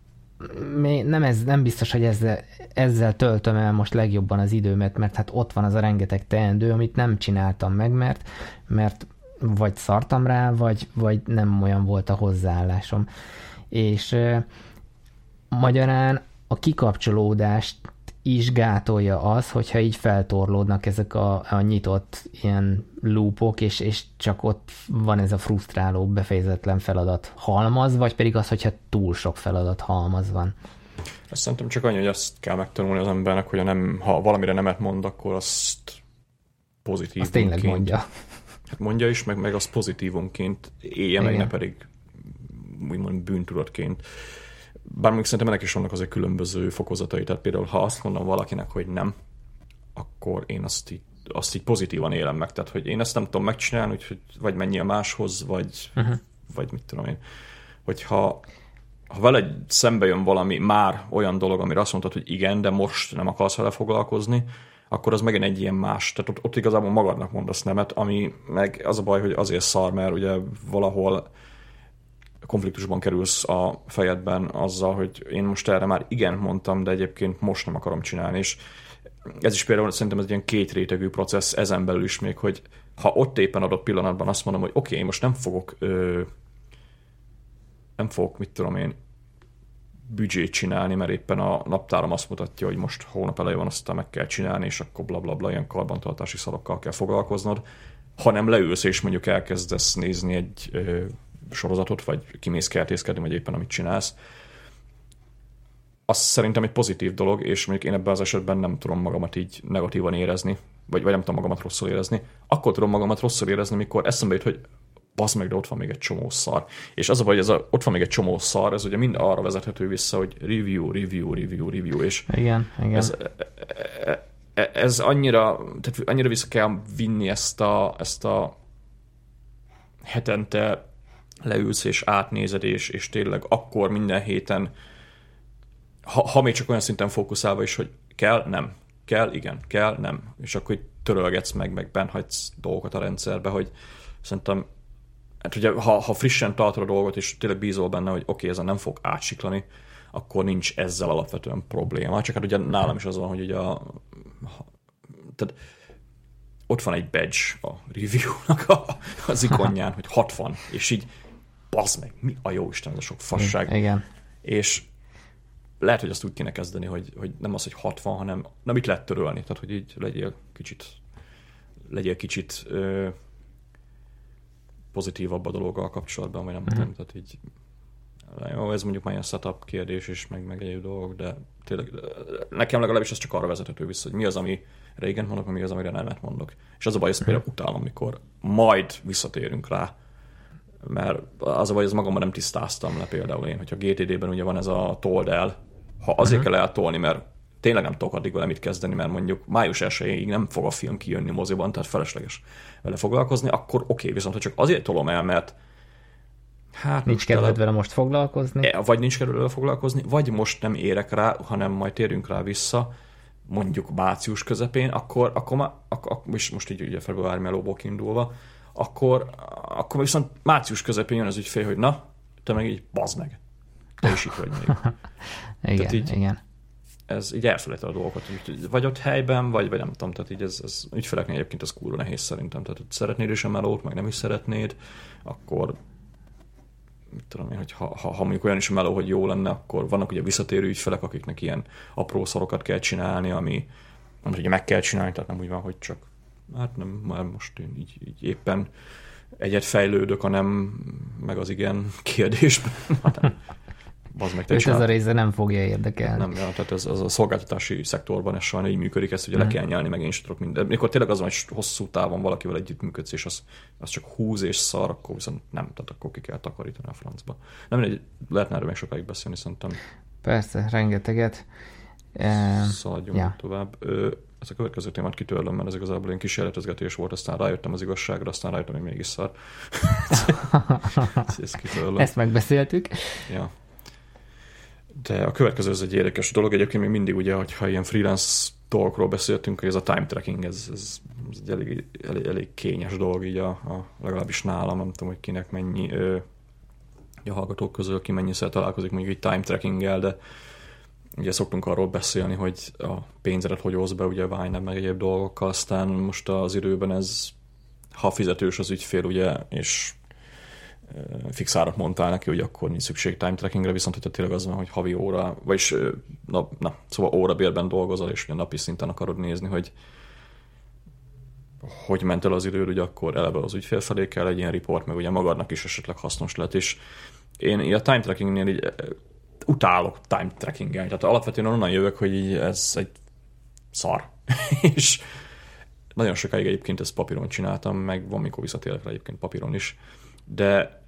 nem, ez, nem biztos, hogy ezzel, ezzel töltöm el most legjobban az időmet, mert hát ott van az a rengeteg teendő, amit nem csináltam meg, mert, mert vagy szartam rá, vagy, vagy nem olyan volt a hozzáállásom. És e, magyarán a kikapcsolódást is gátolja az, hogyha így feltorlódnak ezek a, a nyitott ilyen loopok, és, és csak ott van ez a frusztráló, befejezetlen feladat halmaz, vagy pedig az, hogyha túl sok feladat halmaz van. Ezt szerintem csak annyi, hogy azt kell megtanulni az embernek, hogy nem, ha valamire nemet mond, akkor azt pozitívunként. Azt tényleg mondja. Hát mondja is, meg, meg azt pozitívunként élje, meg ne pedig úgymond bűntudatként. Bár még szerintem ennek is vannak azért különböző fokozatai, tehát például ha azt mondom valakinek, hogy nem, akkor én azt így, azt így pozitívan élem meg, tehát hogy én ezt nem tudom megcsinálni, úgyhogy vagy menjél máshoz, vagy, uh-huh. vagy mit tudom én. Hogyha ha veled szembe jön valami már olyan dolog, amire azt mondtad, hogy igen, de most nem akarsz vele foglalkozni, akkor az megint egy ilyen más. Tehát ott, ott igazából magadnak mondasz nemet, ami meg az a baj, hogy azért szar, mert ugye valahol konfliktusban kerülsz a fejedben azzal, hogy én most erre már igen mondtam, de egyébként most nem akarom csinálni, és ez is például szerintem ez egy ilyen kétrétegű processz ezen belül is még, hogy ha ott éppen adott pillanatban azt mondom, hogy oké, okay, én most nem fogok ö, nem fogok, mit tudom én, büdzsét csinálni, mert éppen a naptáram azt mutatja, hogy most hónap elején van, aztán meg kell csinálni, és akkor blablabla, bla, bla, ilyen karbantartási szarokkal kell foglalkoznod, hanem leülsz, és mondjuk elkezdesz nézni egy ö, sorozatot, vagy kimész kertészkedni, vagy éppen amit csinálsz. Az szerintem egy pozitív dolog, és mondjuk én ebben az esetben nem tudom magamat így negatívan érezni, vagy, vagy nem tudom magamat rosszul érezni. Akkor tudom magamat rosszul érezni, mikor eszembe jut, hogy bazd meg, de ott van még egy csomó szar. És az a baj, hogy ez a, ott van még egy csomó szar, ez ugye mind arra vezethető vissza, hogy review, review, review, review, és igen, igen. Ez, ez annyira, tehát annyira vissza kell vinni ezt a, ezt a hetente leülsz és átnézed, és, és tényleg akkor minden héten, ha, ha még csak olyan szinten fókuszálva is, hogy kell, nem, kell, igen, kell, nem, és akkor így törölgetsz meg, meg bennhagysz dolgokat a rendszerbe, hogy szerintem, hát ugye, ha, ha frissen tartod a dolgot, és tényleg bízol benne, hogy oké, okay, ezen nem fog átsiklani, akkor nincs ezzel alapvetően probléma. Csak hát ugye nálam is az van, hogy ugye a, tehát ott van egy badge a review-nak a, az ikonján, hogy hatvan, és így bazd meg, mi a jó Isten, ez a sok fasság. Igen. És lehet, hogy azt úgy kéne kezdeni, hogy, hogy nem az, hogy hatvan, hanem nem itt lehet törölni, tehát hogy így legyél kicsit legyél kicsit ö, pozitívabb a dologgal kapcsolatban, vagy nem uh-huh. tudom, tehát így jó, ez mondjuk már ilyen setup kérdés is, meg, meg egyéb dolgok, de tényleg nekem legalábbis ez csak arra vezethető vissza, hogy mi az, amire igen mondok, mi az, amire nemet mondok. És az a baj, ezt például utálom, mikor majd visszatérünk rá, mert az a baj, ez magamban nem tisztáztam le például én, hogyha gé té dé-ben ugye van ez a told el, ha azért uh-huh. kell eltolni, mert tényleg nem tudok addig vele mit kezdeni, mert mondjuk május elsejéig nem fog a film kijönni moziban, tehát felesleges vele foglalkozni, akkor oké, okay, viszont ha csak azért tolom el, mert hát nincs kedved vele most foglalkozni. Vagy nincs kedved vele foglalkozni, vagy most nem érek rá, hanem majd térjünk rá vissza, mondjuk március közepén, akkor, akkor, már, akkor most, most így ugye február melóból kiindulva, akkor, akkor viszont március közepén jön az ügyfél, hogy na, te meg így bazd meg. Te is itt vagy még. igen, így, igen. Ez így elfelejted a dolgokat, vagy ott helyben, vagy, vagy nem tudom, tehát így ez, ez ügyfeleknél egyébként ez kurva nehéz szerintem, tehát szeretnéd is a melót, meg nem is szeretnéd, akkor mit tudom én, hogy ha, ha, ha mondjuk olyan is a meló, hogy jó lenne, akkor vannak ugye visszatérő ügyfelek, akiknek ilyen apró szarokat kell csinálni, ami amit ugye meg kell csinálni, tehát nem úgy van, hogy csak hát nem, már most én így, így éppen egyet fejlődök, hanem meg az igen kérdésben. Bazd meg, te ez a része nem fogja érdekelni. Nem, ja, tehát ez, az a szolgáltatási szektorban ez sajna így működik, ezt ugye mm. le kell nyelni, meg én is tudok minden. Mikor tényleg az van, hogy hosszú távon valakivel együttműködsz, és az, az csak húz és szar, akkor viszont nem, tehát akkor ki kell takarítani a francba. Nem mindegy, lehetne erről még sokáig beszélni, szerintem. Persze, rengeteget. Um, Szaladjunk ja. tovább. Ez a következő témát kitörlöm, mert ez igazából ilyen kísérletezgetés volt, aztán rájöttem az igazságra, aztán rájöttem, hogy mégis szar. Ezt kitörlöm. Ezt megbeszéltük. Ja. De a következő ez egy érdekes dolog. Egyébként még mindig ugye, hogyha ilyen freelance dolgokról beszéltünk, hogy ez a time tracking, ez, ez, ez egy elég, elég, elég kényes dolog így a, a legalábbis nálam, nem tudom, hogy kinek mennyi ö, a hallgatók közül ki mennyiszer találkozik mondjuk egy time trackinggel, de ugye szoktunk arról beszélni, hogy a pénzedet hogy osz be, ugye Wine meg egyéb dolgokkal, aztán most az időben ez, ha fizetős az ügyfél, ugye, és fix árat mondtál neki, hogy akkor nincs szükség time trackingre, viszont hogyha tényleg az van, hogy havi óra, vagyis na, na, szóval órabérben dolgozol, és ugye napi szinten akarod nézni, hogy hogy ment el az időd, ugye akkor eleve az ügyfél felé kell egy ilyen report, meg ugye magadnak is esetleg hasznos lehet, és én a time trackingnél így utálok time tracking-el, tehát alapvetően onnan jövök, hogy így ez egy szar. És nagyon sokáig egyébként ezt papíron csináltam, meg van, mikor visszatérek rá egyébként papíron is, de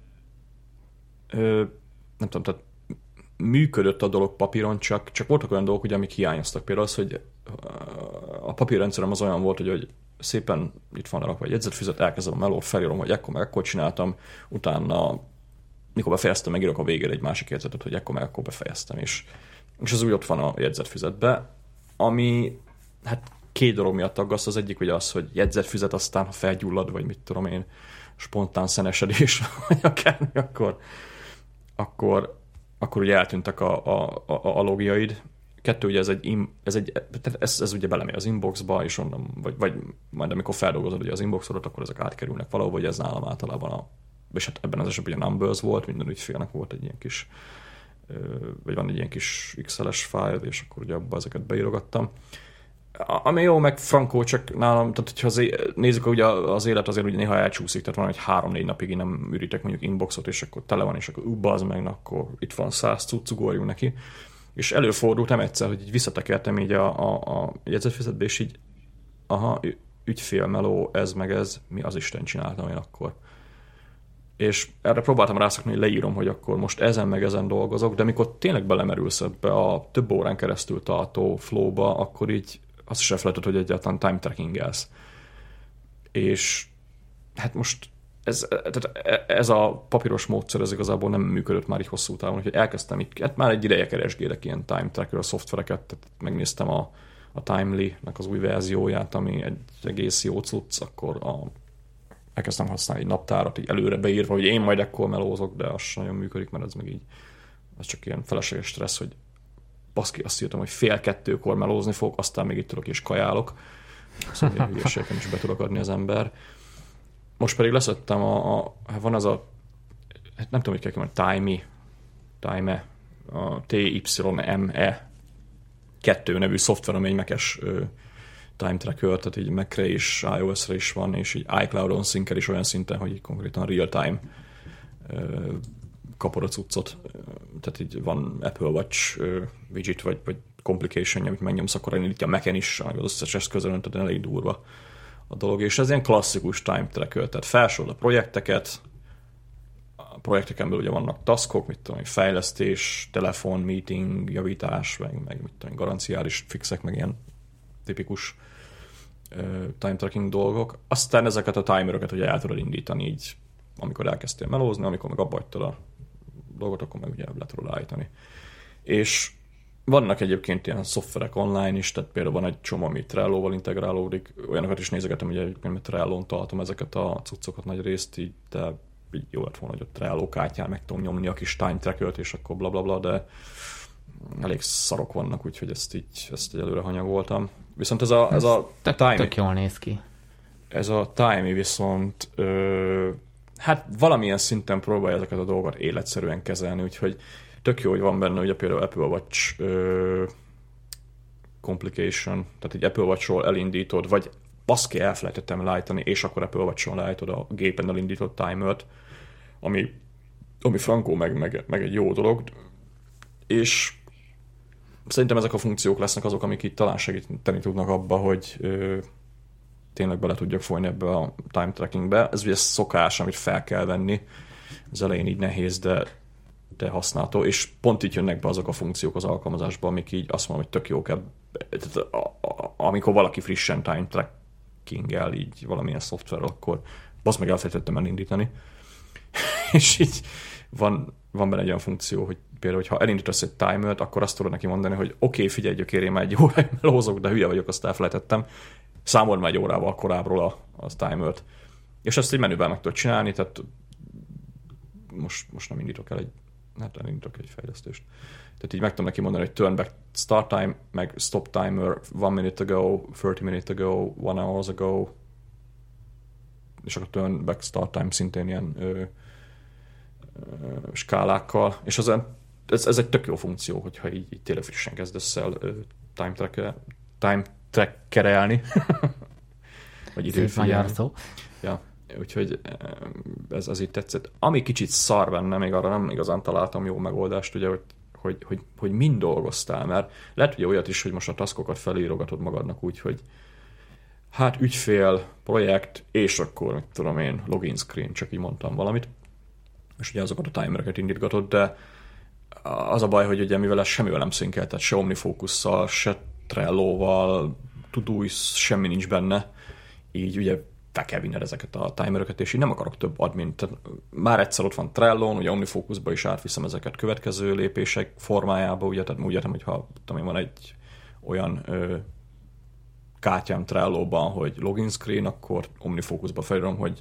ö, nem tudom, tehát működött a dolog papíron, csak, csak voltak olyan dolgok, ugye, amik hiányoztak. Például az, hogy a papírrendszerem az olyan volt, hogy, hogy szépen itt van rakva egy jegyzetfüzet, elkezdem a melót, felírom, hogy ekkor meg ekkor csináltam, utána mikor befejeztem, megírok a végére egy másik jegyzetet, hogy ekkor meg akkor befejeztem, és, és az úgy ott van a jegyzetfüzetbe, ami hát két dolog miatt aggaszt. Az egyik ugye az, hogy jegyzetfüzet, aztán ha felgyullad, vagy mit tudom én, spontán szenesedés, vagy akármi, akkor, akkor, akkor ugye eltűntek a, a, a, a logjaid. Kettő, ugye ez egy, ez, egy ez, ez ugye belemegy az inboxba, és onnan, vagy, vagy majd amikor feldolgozod ugye az inboxodat, akkor ezek átkerülnek valahova, vagy ez nálam általában a, és hát ebben az esetben ugye Numbers volt, minden ügyfélnek volt egy ilyen kis, vagy van egy ilyen kis iksz el es fájl, és akkor ugye abba ezeket beírogattam. Ami jó, meg frankó, csak nálam, tehát hogyha az, nézzük, ugye az élet azért ugye néha elcsúszik, tehát van, hogy három-négy napig én nem ürítek mondjuk inboxot, és akkor tele van, és akkor ú, bazd meg, akkor itt van száz cucc, ugorjunk neki. És előfordult nem egyszer, hogy így visszatekertem így a, a, a jegyzetfüzetbe, és így aha, ügyfélmeló, ez meg ez, mi az Isten csináltam én akkor. És erre próbáltam rászokni, hogy leírom, hogy akkor most ezen meg ezen dolgozok, de mikor tényleg belemerülsz ebbe a több órán keresztül tartó flowba, akkor így azt is elfelejtett, hogy egyáltalán time tracking-elsz. És hát most ez, tehát ez a papíros módszer, ez igazából nem működött már így hosszú távon, úgyhogy elkezdtem így, hát már egy ideje keresgélek ilyen time tracker szoftvereket, tehát megnéztem a, a Timely-nek az új verzióját, ami egy egész jó cucc, akkor a, elkezdtem használni egy naptárat, így előre beírva, hogy én majd ekkor melózok, de az nagyon működik, mert ez meg így, ez csak ilyen felesleges stressz, hogy baszki, azt írtam, hogy fél kettőkor melózni fog, aztán még itt tudok és kajálok. Szóval ilyen hülyeségeken is be tudok adni az ember. Most pedig leszettem a, a van az a, hát nem tudom, hogy kell kimondani, Timey, Timey, a té ipszilon em e kettő nevű szoftver, ami egy Mac-es ö, time tracker, tehát így Mac-re is, iOS-re is van, és így iCloud-on szinkel is olyan szinten, hogy így konkrétan real-time ö, kapod a cuccot. Tehát így van Apple Watch ö, widget, vagy, vagy complication, amit megnyomsz, akkor elindítja a Mac-en is, az összes eszközön, tehát elég durva a dolog, és ez ilyen klasszikus time tracker, tehát felsorol a projekteket, a projekteken belül ugye vannak taskok, mit tudom, fejlesztés, telefon, meeting, javítás, meg, meg mit tudom, garanciális fixek, meg ilyen tipikus uh, time tracking dolgok. Aztán ezeket a timeröket ugye el tudod indítani így, amikor elkezdtél melózni, amikor meg abba hagytad a dolgot, akkor meg ugye le tudod állítani. És vannak egyébként ilyen szoftverek online is, tehát például van egy csomó, ami Trello-val integrálódik, olyanokat is nézegetem, hogy egyébként Trello-n tartom ezeket a cuccokat nagy részt, így, de így jó lett volna, hogy a Trello kártyán meg tudom nyomni a kis time trackert, és akkor blablabla, bla, bla, de elég szarok vannak, úgyhogy ezt így ezt előre hanyagoltam. Viszont ez a, ez a tök, Timey, tök jól néz ki. Ez a Timey viszont ö, hát valamilyen szinten próbálja ezeket a dolgokat életszerűen kezelni, úgyhogy tök jó, hogy van benne ugye például Apple Watch ö, complication, tehát egy Apple Watch-ról elindítod, vagy baszki, elfelejtettem leállítani, és akkor Apple Watch-ról leállítod a gépen elindított timert, ami, ami frankó, meg, meg, meg egy jó dolog, és szerintem ezek a funkciók lesznek azok, amik itt talán segíteni tudnak abba, hogy ö, tényleg bele tudjak folyni ebbe a time trackingbe. Ez ugye szokás, amit fel kell venni. Az elején így nehéz, de, de használható, és pont így jönnek be azok a funkciók az alkalmazásban, amik így azt mondom, hogy tök jók ebb, tehát a, a, amikor valaki frissen time tracking-el így valamilyen szoftver, akkor basz meg elfelejtettem elindítani. És így van, van benne egy olyan funkció, hogy például, ha elindítasz egy timert, akkor azt tudod neki mondani, hogy oké, okay, figyelj, gyökér, én már egy óráig melózok, de hülye vagyok, azt elfelejtettem. Számold már egy órával korábbról a, a timert. És ezt egy menüben meg tudod csinálni, tehát most, most nem indítok el egy, hát elindítok egy fejlesztést. Tehát így meg tudom neki mondani, hogy turn back start time, meg stop timer, one minute ago, thirty minutes ago, one hours ago, és akkor turn back start time szintén ilyen ö, ö, skálákkal, és az, ez, ez egy tök jó funkció, hogyha így, így tényleg frissen kezdesz el ö, time tracker, time trackerelni. Vagy időfigyelni. Szó. Ja, úgyhogy ez az így tetszett. Ami kicsit szar benne, még arra nem igazán találtam jó megoldást, ugye, hogy, hogy, hogy, hogy mind dolgoztál, mert lehet ugye olyat is, hogy most a taskokat felírogatod magadnak úgy, hogy hát ügyfél, projekt, és akkor, mit tudom én, login screen, csak így mondtam valamit, és ugye azokat a timereket indítgatod, de az a baj, hogy ugye mivel ez semmivel nem szinkelt, tehát se OmniFocus-szal, se Trello-val, Todoist, semmi nincs benne, így ugye fel kell vinned ezeket a timeröket, és így nem akarok több admin. Tehát már egyszer ott van Trello-n, ugye OmniFocus-ba is átviszem ezeket következő lépések formájába, ugye, tehát úgy értem, hogyha tudom én, van egy olyan ö, kártyám Trello-ban, hogy login screen, akkor OmniFocus-ba felírom, hogy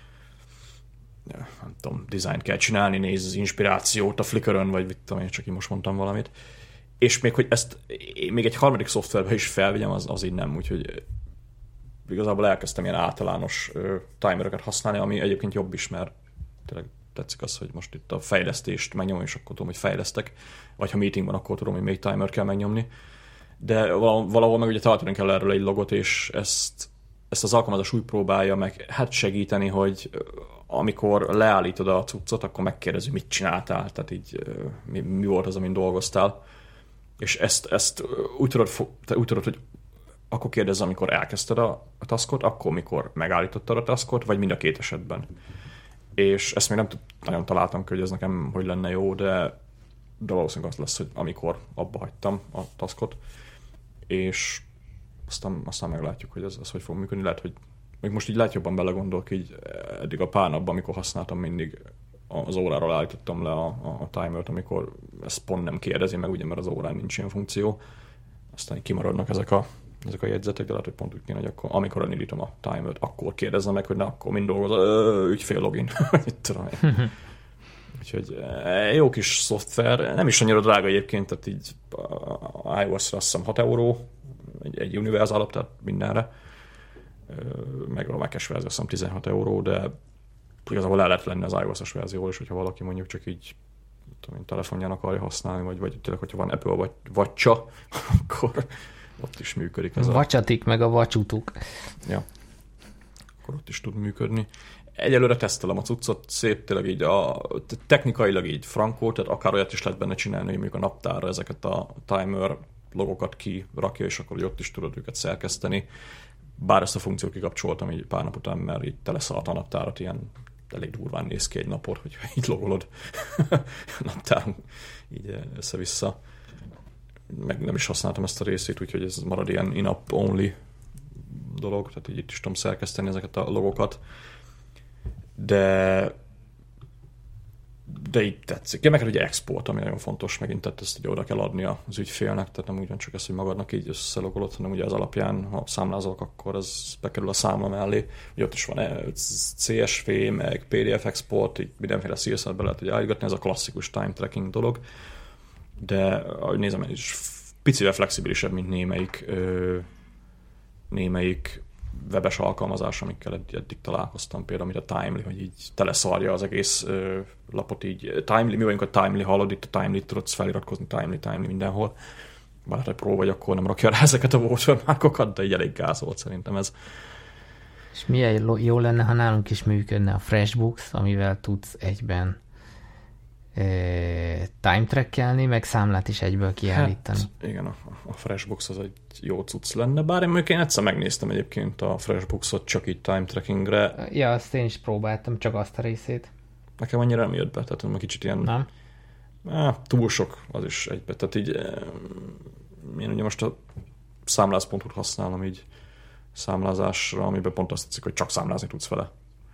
nem tudom, dizájnt kell csinálni, nézz az inspirációt a Flickr-ön, vagy mit tudom én, csak így most mondtam valamit. És még, hogy ezt még egy harmadik szoftverbe is felvigyem, az, az így nem, úgyhogy igazából elkezdtem ilyen általános uh, timereket használni, ami egyébként jobb is, mert tényleg tetszik az, hogy most itt a fejlesztést megnyomom, és akkor tudom, hogy fejlesztek, vagy ha meeting van, akkor tudom, hogy még timer kell megnyomni. De valahol meg ugye tartani kell erről egy logot, és ezt, ezt az alkalmazás úgy próbálja meg hát segíteni, hogy amikor leállítod a cuccot, akkor megkérdezi, mit csináltál, tehát így mi, mi volt az, amin dolgoztál. És ezt, ezt úgy, tudod, úgy tudod, hogy akkor kérdezz, amikor elkezdted a, a taskot, akkor, mikor megállítottad a taskot, vagy mind a két esetben. És ezt még nem nagyon találtam, hogy ez nekem hogy lenne jó, de, de valószínűleg az lesz, hogy amikor abba hagytam a taskot, és aztán, aztán meglátjuk, hogy ez, ez hogy fog működni. Lehet, hogy még most így lehet jobban belegondolok, így eddig a pár napban, amikor használtam, mindig az óráról állítottam le a, a timert, amikor ezt pont nem kérdezi meg, ugye, mert az órán nincs ilyen funkció. Aztán kimaradnak ezek a ezek a jegyzetek, de lehet, hogy pont úgy kéne, hogy akkor, amikor elindítom a timert, akkor kérdezzem meg, hogy na, akkor mind dolgozol, ügyfél login. Tudom én. Úgyhogy jó kis szoftver, nem is annyira drága egyébként, tehát így a iOS-ra azt hiszem hat euró, egy, egy univerzál alap, tehát mindenre, meg a Mac-es verzió azt hiszem tizenhat euró, de igazából le lehet lenni az iOS-es verzióval is, hogyha valaki mondjuk csak így tudom én, telefonján akarja használni, vagy, vagy tényleg, hogyha van Apple vagy Watcha, akkor ott is működik. Ez Vacsatik a... meg a vacsutuk. Ja. Akkor ott is tud működni. Egyelőre tesztelem a cuccot, szép tényleg így a, technikailag így frankó, tehát akár olyat is lehet benne csinálni, hogy mondjuk a naptárra ezeket a timer logokat kirakja, és akkor ott is tudod őket szerkeszteni. Bár ezt a funkciót kikapcsoltam így pár nap után, mert így teleszaladt a naptárat, ilyen elég durván néz ki egy napot, hogyha így logolod a naptáron így össze-vissza. Meg nem is használtam ezt a részét, úgyhogy ez marad ilyen in-app only dolog, tehát így itt is tudom szerkeszteni ezeket a logokat. De de így tetszik. Ja, meg ugye export, ami nagyon fontos megint, tehát ezt ugye oda kell adni az ügyfélnek, tehát nem ugyancsak ezt, hogy magadnak így összelogolod, hanem ugye az alapján, ha számlázolok, akkor ez bekerül a számla mellé. Ugye ott is van cé es vé, meg pé dé ef export, így mindenféle cé es vé-be lehet ugye állítgatni, ez a klasszikus time tracking dolog. De ahogy nézem, is picivel flexibilisebb, mint némelyik ö, némelyik webes alkalmazás, amikkel eddig találkoztam, például, mint a Timely, hogy így teleszarja az egész ö, lapot így. Timely, mi vagyunk a Timely, hallod, itt a Timely, tudsz feliratkozni Timely, Timely mindenhol. Bár egy pró vagy, akkor nem rakja rá ezeket a watermarkokat, de így elég gáz volt szerintem ez. És milyen jó lenne, ha nálunk is működne a FreshBooks, amivel tudsz egyben time trackelni, meg számlát is egyből kiállítani. Hát, igen, a, a FreshBooks az egy jó cucc lenne, bár én mondjuk én egyszer megnéztem egyébként a FreshBooks-ot csak így time trackingre. Ja, azt én is próbáltam, csak azt a részét. Nekem annyira nem jött be, tehát egy kicsit ilyen... Nem? Á, túl sok az is egybe, tehát így én ugye most a számláz pont hu-t használom így számlázásra, amiben pont azt tetszik, hogy csak számlázni tudsz vele.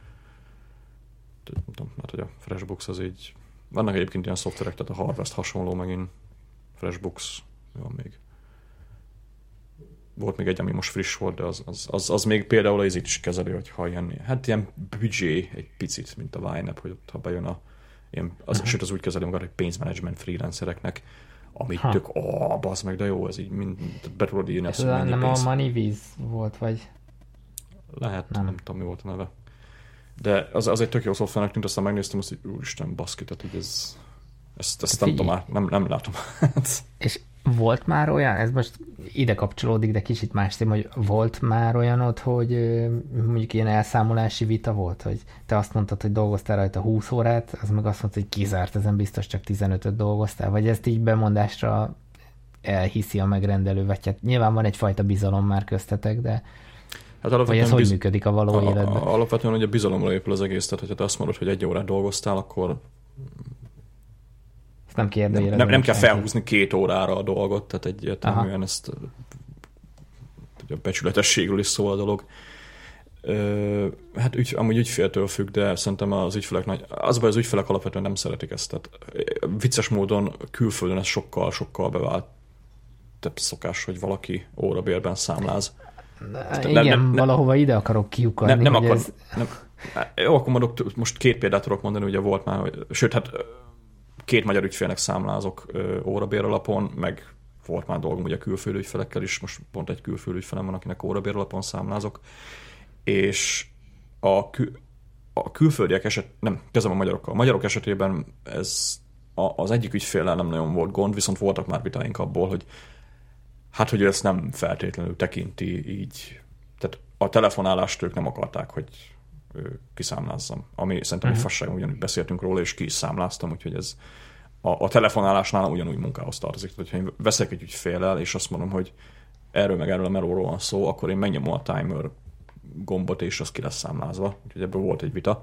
Nem tudom, hát hogy a FreshBooks az így. Vannak egyébként ilyen szoftverek, tehát a Harvest hasonló, megint FreshBooks van még. Volt még egy, ami most friss volt, de az, az, az, az még például az is kezeli, hogy ha ilyen, hát ilyen büdzsé egy picit, mint a YNAB, hogy ott, ha bejön a Én az, uh-huh. Sőt, az úgy kezelem magad, hogy pénzmenedzsment freelancereknek, amit ha. tök, ó, bassz meg, de jó, ez így mind, be tudod írni. Ez a, nem pénz. A Moneyviz volt, vagy? Lehet, nem. nem tudom, mi volt a neve. De az, az egy tök jó szoftvernek tűnt, aztán megnéztem azt, hogy úristen, baszki, tehát így ez, ezt, ezt nem tudom már, nem, nem látom. És volt már olyan, ez most ide kapcsolódik, de kicsit más téma, hogy volt már olyanod, hogy mondjuk ilyen elszámolási vita volt, hogy te azt mondtad, hogy dolgoztál rajta húsz órát, az meg azt mondta, hogy kizárt, ezen biztos csak tizenötöt dolgoztál, vagy ezt így bemondásra elhiszi a megrendelő, vagy hát nyilván van egyfajta bizalom már köztetek, de hát vagy ez hogy biz... működik a való a, életben? A, alapvetően ugye bizalomra épül az egész, tehát hogyha te azt mondod, hogy egy órát dolgoztál, akkor nem, nem, nem, nem kell felhúzni két órára a dolgot, tehát egyértelműen ezt ugye a becsületességről is szól a dolog. Ö, hát ügy, amúgy ügyféltől függ, de szerintem az ügyfelek nagy, az baj, az ügyfelek alapvetően nem szeretik ezt. Tehát vicces módon külföldön ez sokkal, sokkal bevált szokás, hogy valaki órabérben számláz. Tehát igen, nem, nem, valahova ide akarok kiukadni. Nem, nem akar, ez... nem, jó, akkor mondok, most két példát tudok mondani, ugye volt már, hogy, sőt, hát két magyar ügyfélnek számlázok ö, órabér alapon, meg volt már dolgom ugye külföldi ügyfelekkel is, most pont egy külföldi ügyfelem van, akinek órabér alapon számlázok, és a, kül, a külföldiek eset, nem, kezdem a magyarokkal. A magyarok esetében ez a, az egyik ügyféllel nem nagyon volt gond, viszont voltak már vitáink abból, hogy hát, hogy ezt nem feltétlenül tekinti így, tehát a telefonálást ők nem akarták, hogy kiszámlázzam, ami szerintem egy fasság, ugyanúgy beszéltünk róla, és ki is számláztam, úgyhogy ez a, a telefonálásnál ugyanúgy munkához tartozik. Tehát, hogyha én veszek egy ügyféllel, és azt mondom, hogy erről meg erről a melóról van szó, akkor én megnyomom a timer gombot, és az ki lesz számlázva. Úgyhogy ebből volt egy vita.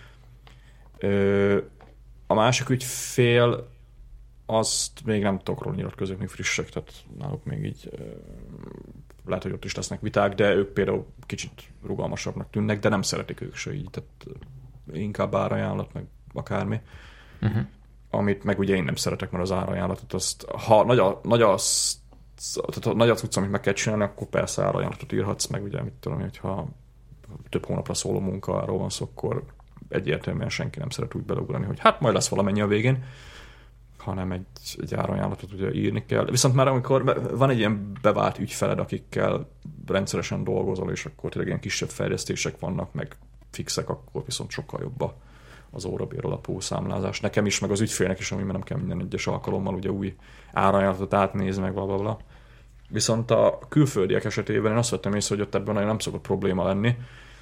Ö, a másik ügyfél, azt még nem tudok róla nyilatkozni, még frissek, tehát náluk még így lehet, hogy ott is lesznek viták, de ők például kicsit rugalmasabbnak tűnnek, de nem szeretik ők se így, tehát inkább árajánlat, meg akármi. Uh-huh. Amit meg ugye én nem szeretek, mert az árajánlatot azt, ha nagy a, nagy a, tehát a nagy a cucc, amit meg kell csinálni, akkor persze árajánlatot írhatsz, meg ugye mit tudom, hogyha több hónapra szóló munkáról van szó, akkor egyértelműen senki nem szeret úgy beleugrani, hogy hát majd lesz valamennyi a végén, hanem egy, egy árajánlatot ugye írni kell. Viszont már amikor van egy ilyen bevált ügyfeled, akikkel rendszeresen dolgozol, és akkor tényleg ilyen kisebb fejlesztések vannak, meg fixek, akkor viszont sokkal jobb az órabér alapú számlázás. Nekem is, meg az ügyfélnek is, ami nem kell minden egyes alkalommal ugye új árajánlatot átnézni, meg blablabla. Viszont a külföldiek esetében én azt vettem észre, hogy ott ebben nagyon nem szokott probléma lenni.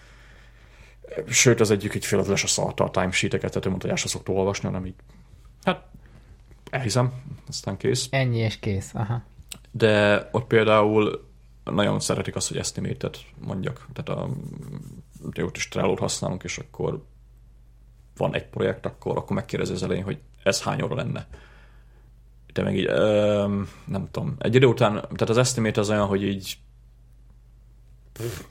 Sőt, az egyik ügyfél az le se szarta a timesheeteket, tehát ő mondta, hogy el se szokta olvasni, hanem így, hát elhiszem, aztán kész. Ennyi és kész, aha. De ott például nagyon szeretik azt, hogy estimated mondjak. Tehát a, ott is Trello-t használunk, és akkor van egy projekt, akkor, akkor megkérdezi az elején, hogy ez hány óra lenne. De meg így, öm, nem tudom. Egy idő után, tehát az estimate az olyan, hogy így pff,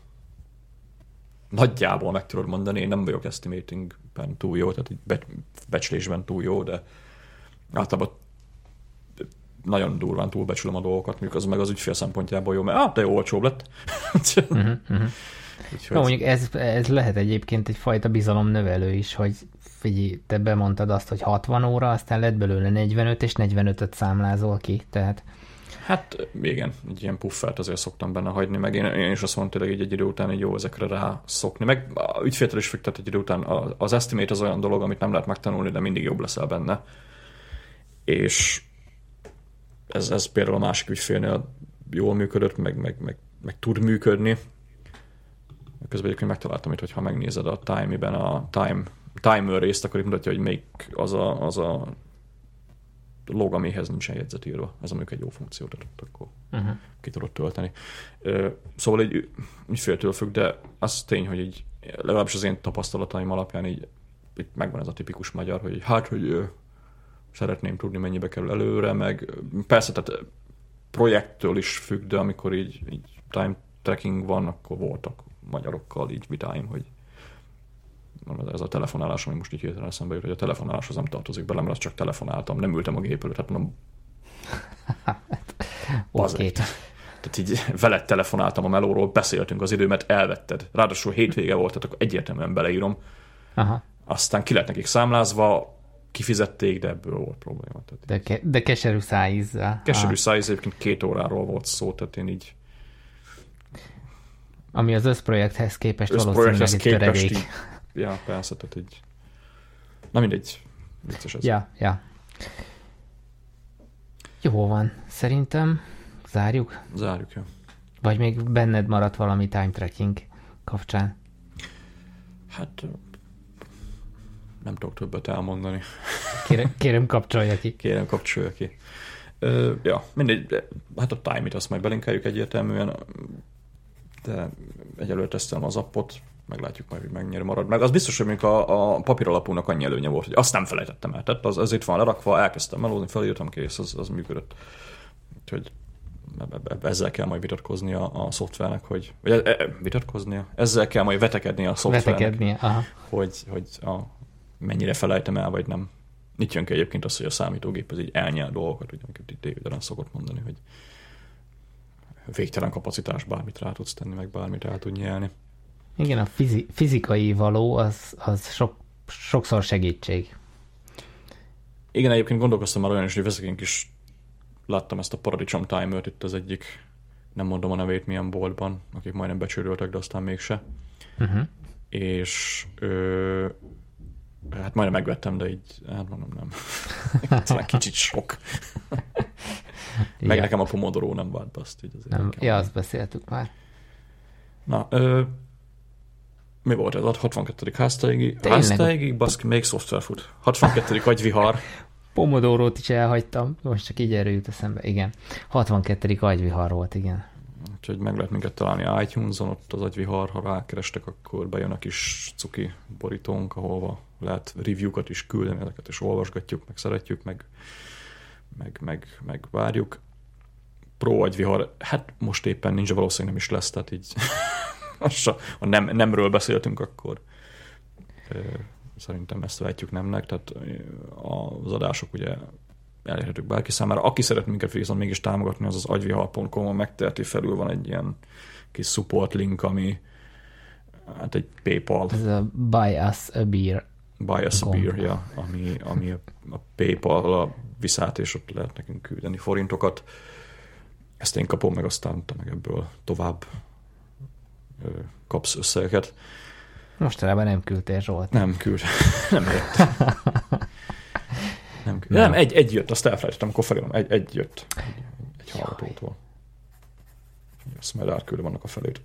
nagyjából meg tudod mondani, én nem vagyok estimatingben túl jó, tehát így be, becslésben túl jó, de általában nagyon durván túlbecsülöm a dolgokat, mondjuk az meg az ügyfél szempontjából jó, mert ah, de jó, olcsóbb lett. uh-huh, uh-huh. Úgyhogy... No, mondjuk ez, ez lehet egyébként egyfajta bizalomnövelő is, hogy figyelj, te bemondtad azt, hogy hatvan óra, aztán lett belőle negyvenöt, és negyvenötöt számlázol ki, tehát... Hát igen, egy ilyen puffert azért szoktam benne hagyni, meg én, én is azt mondom, hogy egy idő után egy jó ezekre rá szokni, meg a ügyféltől is függ, tehát egy idő után az estimate az olyan dolog, amit nem lehet megtanulni, de mindig jobb leszel benne. És ez, ez például a másik ügyfélnél jól működött, meg, meg, meg, meg tud működni. Közben egyébként megtaláltam itt, hogy ha megnézed a Time-ben a time, timer részt, akkor itt mutatja, hogy még az a, az a log, amihez nincsen jegyzet írva. Ez mondjuk egy jó funkció, tehát akkor uh-huh. ki tudod tölteni. Szóval egy ügyféltől függ, de az tény, hogy így, legalábbis az én tapasztalataim alapján így itt megvan ez a tipikus magyar, hogy hát, hogy szeretném tudni, mennyibe kerül előre, meg persze, tehát projekttől is függ, de amikor így, így time tracking van, akkor voltak magyarokkal így vitáim, hogy ez a telefonálás, ami most így hirtelen eszembe jut, hogy a telefonáláshoz nem tartozik bele, mert azt csak telefonáltam, nem ültem a gép előtt, tehát mondom, okay. Tehát így veled telefonáltam a melóról, beszéltünk az időmet, elvetted. Ráadásul hétvége volt, tehát akkor egyértelműen beleírom. Aha. Aztán ki lett nekik számlázva, kifizették, de ebből volt probléma. Tehát de, ke- de keserű szájízzel. Keserű szájíz, egyébként két óráról volt szó, tehát én így... Ami az összprojekthez képest valószínűleg egy töredék. Így, ja, persze, tehát így... Na mindegy. Vicces ez. Ja, ja. Jó van. Szerintem zárjuk? Zárjuk, ja. Vagy még benned maradt valami time tracking kapcsán? Hát nem tudok többet elmondani. Kérem, kérem kapcsolja ki. Kérem kapcsolja ki. Ö, ja, mindegy, hát a time-it azt majd belinkeljük egyértelműen, de egyelőre tesztelem az appot, meglátjuk majd, hogy mennyire marad. Meg az biztos, hogy mondjuk a, a papíralapúnak annyi előnye volt, hogy azt nem felejtettem el. Tehát az, az itt van lerakva, elkezdtem melózni, felírtam, kész, az, az működött. Úgyhogy ezzel kell majd vitatkozni a, a szoftvernek, hogy vagy e, e, vitatkoznia, ezzel kell majd vetekedni a szoftvernek, Vetekednie, aha. hogy, hogy a, mennyire felejtem el, vagy nem. Itt jön ki egyébként az, hogy a számítógép az így elnyel dolgokat, ugye, amiket itt David Allen szokott mondani, hogy végtelen kapacitás, bármit rá tudsz tenni, meg bármit el tud nyelni. Igen, a fizi- fizikai való az, az sok, sokszor segítség. Igen, egyébként gondolkoztam már olyan is, hogy veszek én kis, láttam ezt a Paradicsom Timert itt az egyik, nem mondom a nevét milyen boltban, akik majdnem becsődöltek, de aztán mégse. Uh-huh. És ö, hát majdnem megvettem, de így, hát mondom nem. Talán kicsit sok. Meg ja. Nekem a Pomodoro nem vált be azt. Így azért nem, ja, azt beszéltük már. Na, ö, mi volt ez? hatvankettedik háztáigi, háztáigi, baszki, még szoftver fut. hatvankettedik agyvihar. Pomodorót is elhagytam, most csak így erről jut eszembe, igen. hatvankettedik agyvihar volt, igen. Úgyhogy meg lehet minket találni iTunes-on, ott az agyvihar, ha rákerestek, akkor bejön a kis cuki borítónk, ahol lehet review-kat is küldeni, ezeket is olvasgatjuk, meg szeretjük, meg, meg, meg, meg várjuk. Pro agyvihar, hát most éppen nincs, valószínűleg nem is lesz, tehát így ha nem, nemről beszéltünk, akkor szerintem ezt vehetjük nemnek, tehát az adások ugye elérhetők bárki számára. Aki szeret minket viszont mégis támogatni, az az agyvihar pont com-on megteheti, felül van egy ilyen kis support link, ami hát egy PayPal. Ez a Buy Us a Beer. Buy Us a Beer, ja, ami, ami a, a PayPal-a viszát, és ott lehet nekünk küldeni forintokat. Ezt én kapom, meg aztán te meg ebből tovább ö, kapsz összegeket. Mostanában nem küldtél, Zsolt. Nem küld. Nem jött. Nem, küld. nem egy, egy jött, azt elfelejtettem, akkor felírom. Egy, egy jött. Egy, egy hallgatótól. Azt majd átküldöm annak a felét.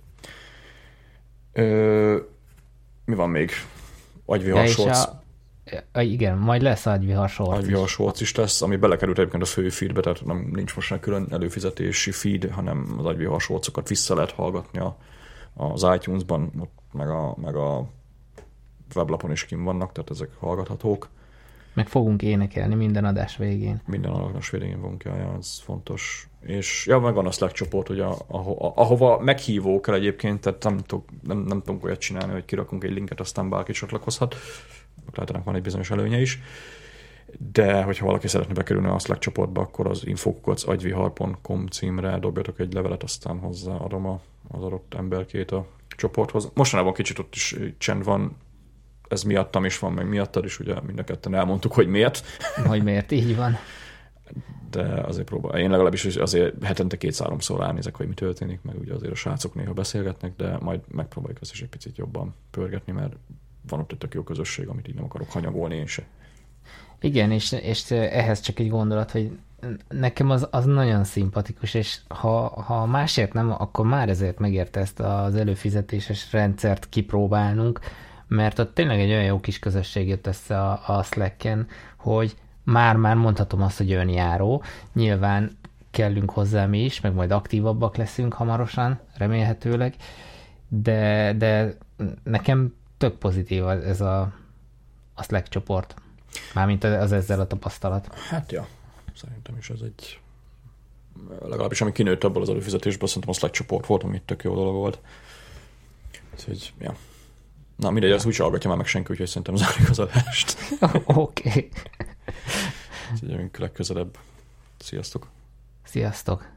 Ö, mi van még? Agyvihar ja, shorts. A, igen, majd lesz agyvihar shorts. Agyvihar shorts is lesz, ami belekerült egyébként a fő feedbe, tehát nem, nincs most már külön előfizetési feed, hanem az agyvihar shortsokat vissza lehet hallgatni a, az iTunes-ban, ott meg a, meg a weblapon is kim vannak, tehát ezek hallgathatók. Meg fogunk énekelni minden adás végén. Minden adás végén fogunk, ja, ez fontos. És ja, meg van a Slack csoport, hogy a, aho, ahova meghívó kell egyébként, tehát nem, nem, nem tudunk olyat csinálni, hogy kirakunk egy linket, aztán bárki csatlakozhat. Lehet, ennek van egy bizonyos előnye is. De hogyha valaki szeretne bekerülni a Slack csoportba, akkor az info kukac agyvihar pont com címre dobjatok egy levelet, aztán hozzáadom a, az adott emberkét a csoporthoz. Mostanában kicsit ott is csend van, ez miattam is van, meg miattad is, ugye mind a ketten elmondtuk, hogy miért. Hogy miért, így van. De azért próbál. Én legalábbis azért hetente két-háromszor ránézek, hogy mi történik, meg ugye azért a srácok néha beszélgetnek, de majd megpróbáljuk ezt is egy picit jobban pörgetni, mert van ott egy tök jó közösség, amit így nem akarok hanyagolni én se. Igen, és, és ehhez csak egy gondolat, hogy nekem az, az nagyon szimpatikus, és ha, ha másért nem, akkor már ezért megérte ezt az előfizetéses rendszert kipróbálnunk, mert ott tényleg egy olyan jó kis közösség jött össze a, a Slacken, hogy már-már mondhatom azt, hogy önjáró. Nyilván kellünk hozzá mi is, meg majd aktívabbak leszünk hamarosan, remélhetőleg, de, de nekem tök pozitív ez a, a Slack csoport. Mármint az ezzel a tapasztalat. Hát ja, szerintem is ez egy legalábbis ami kinőtt abból az előfizetésből, szerintem a Slack csoport volt, ami tök jó dolog volt. Úgyhogy, ja. Na mindegy, az úgy hallgatja már meg senki, úgyhogy szerintem zárjuk az adást. Oké. Úgyhogy jövünk legközelebb. Sziasztok! Sziasztok!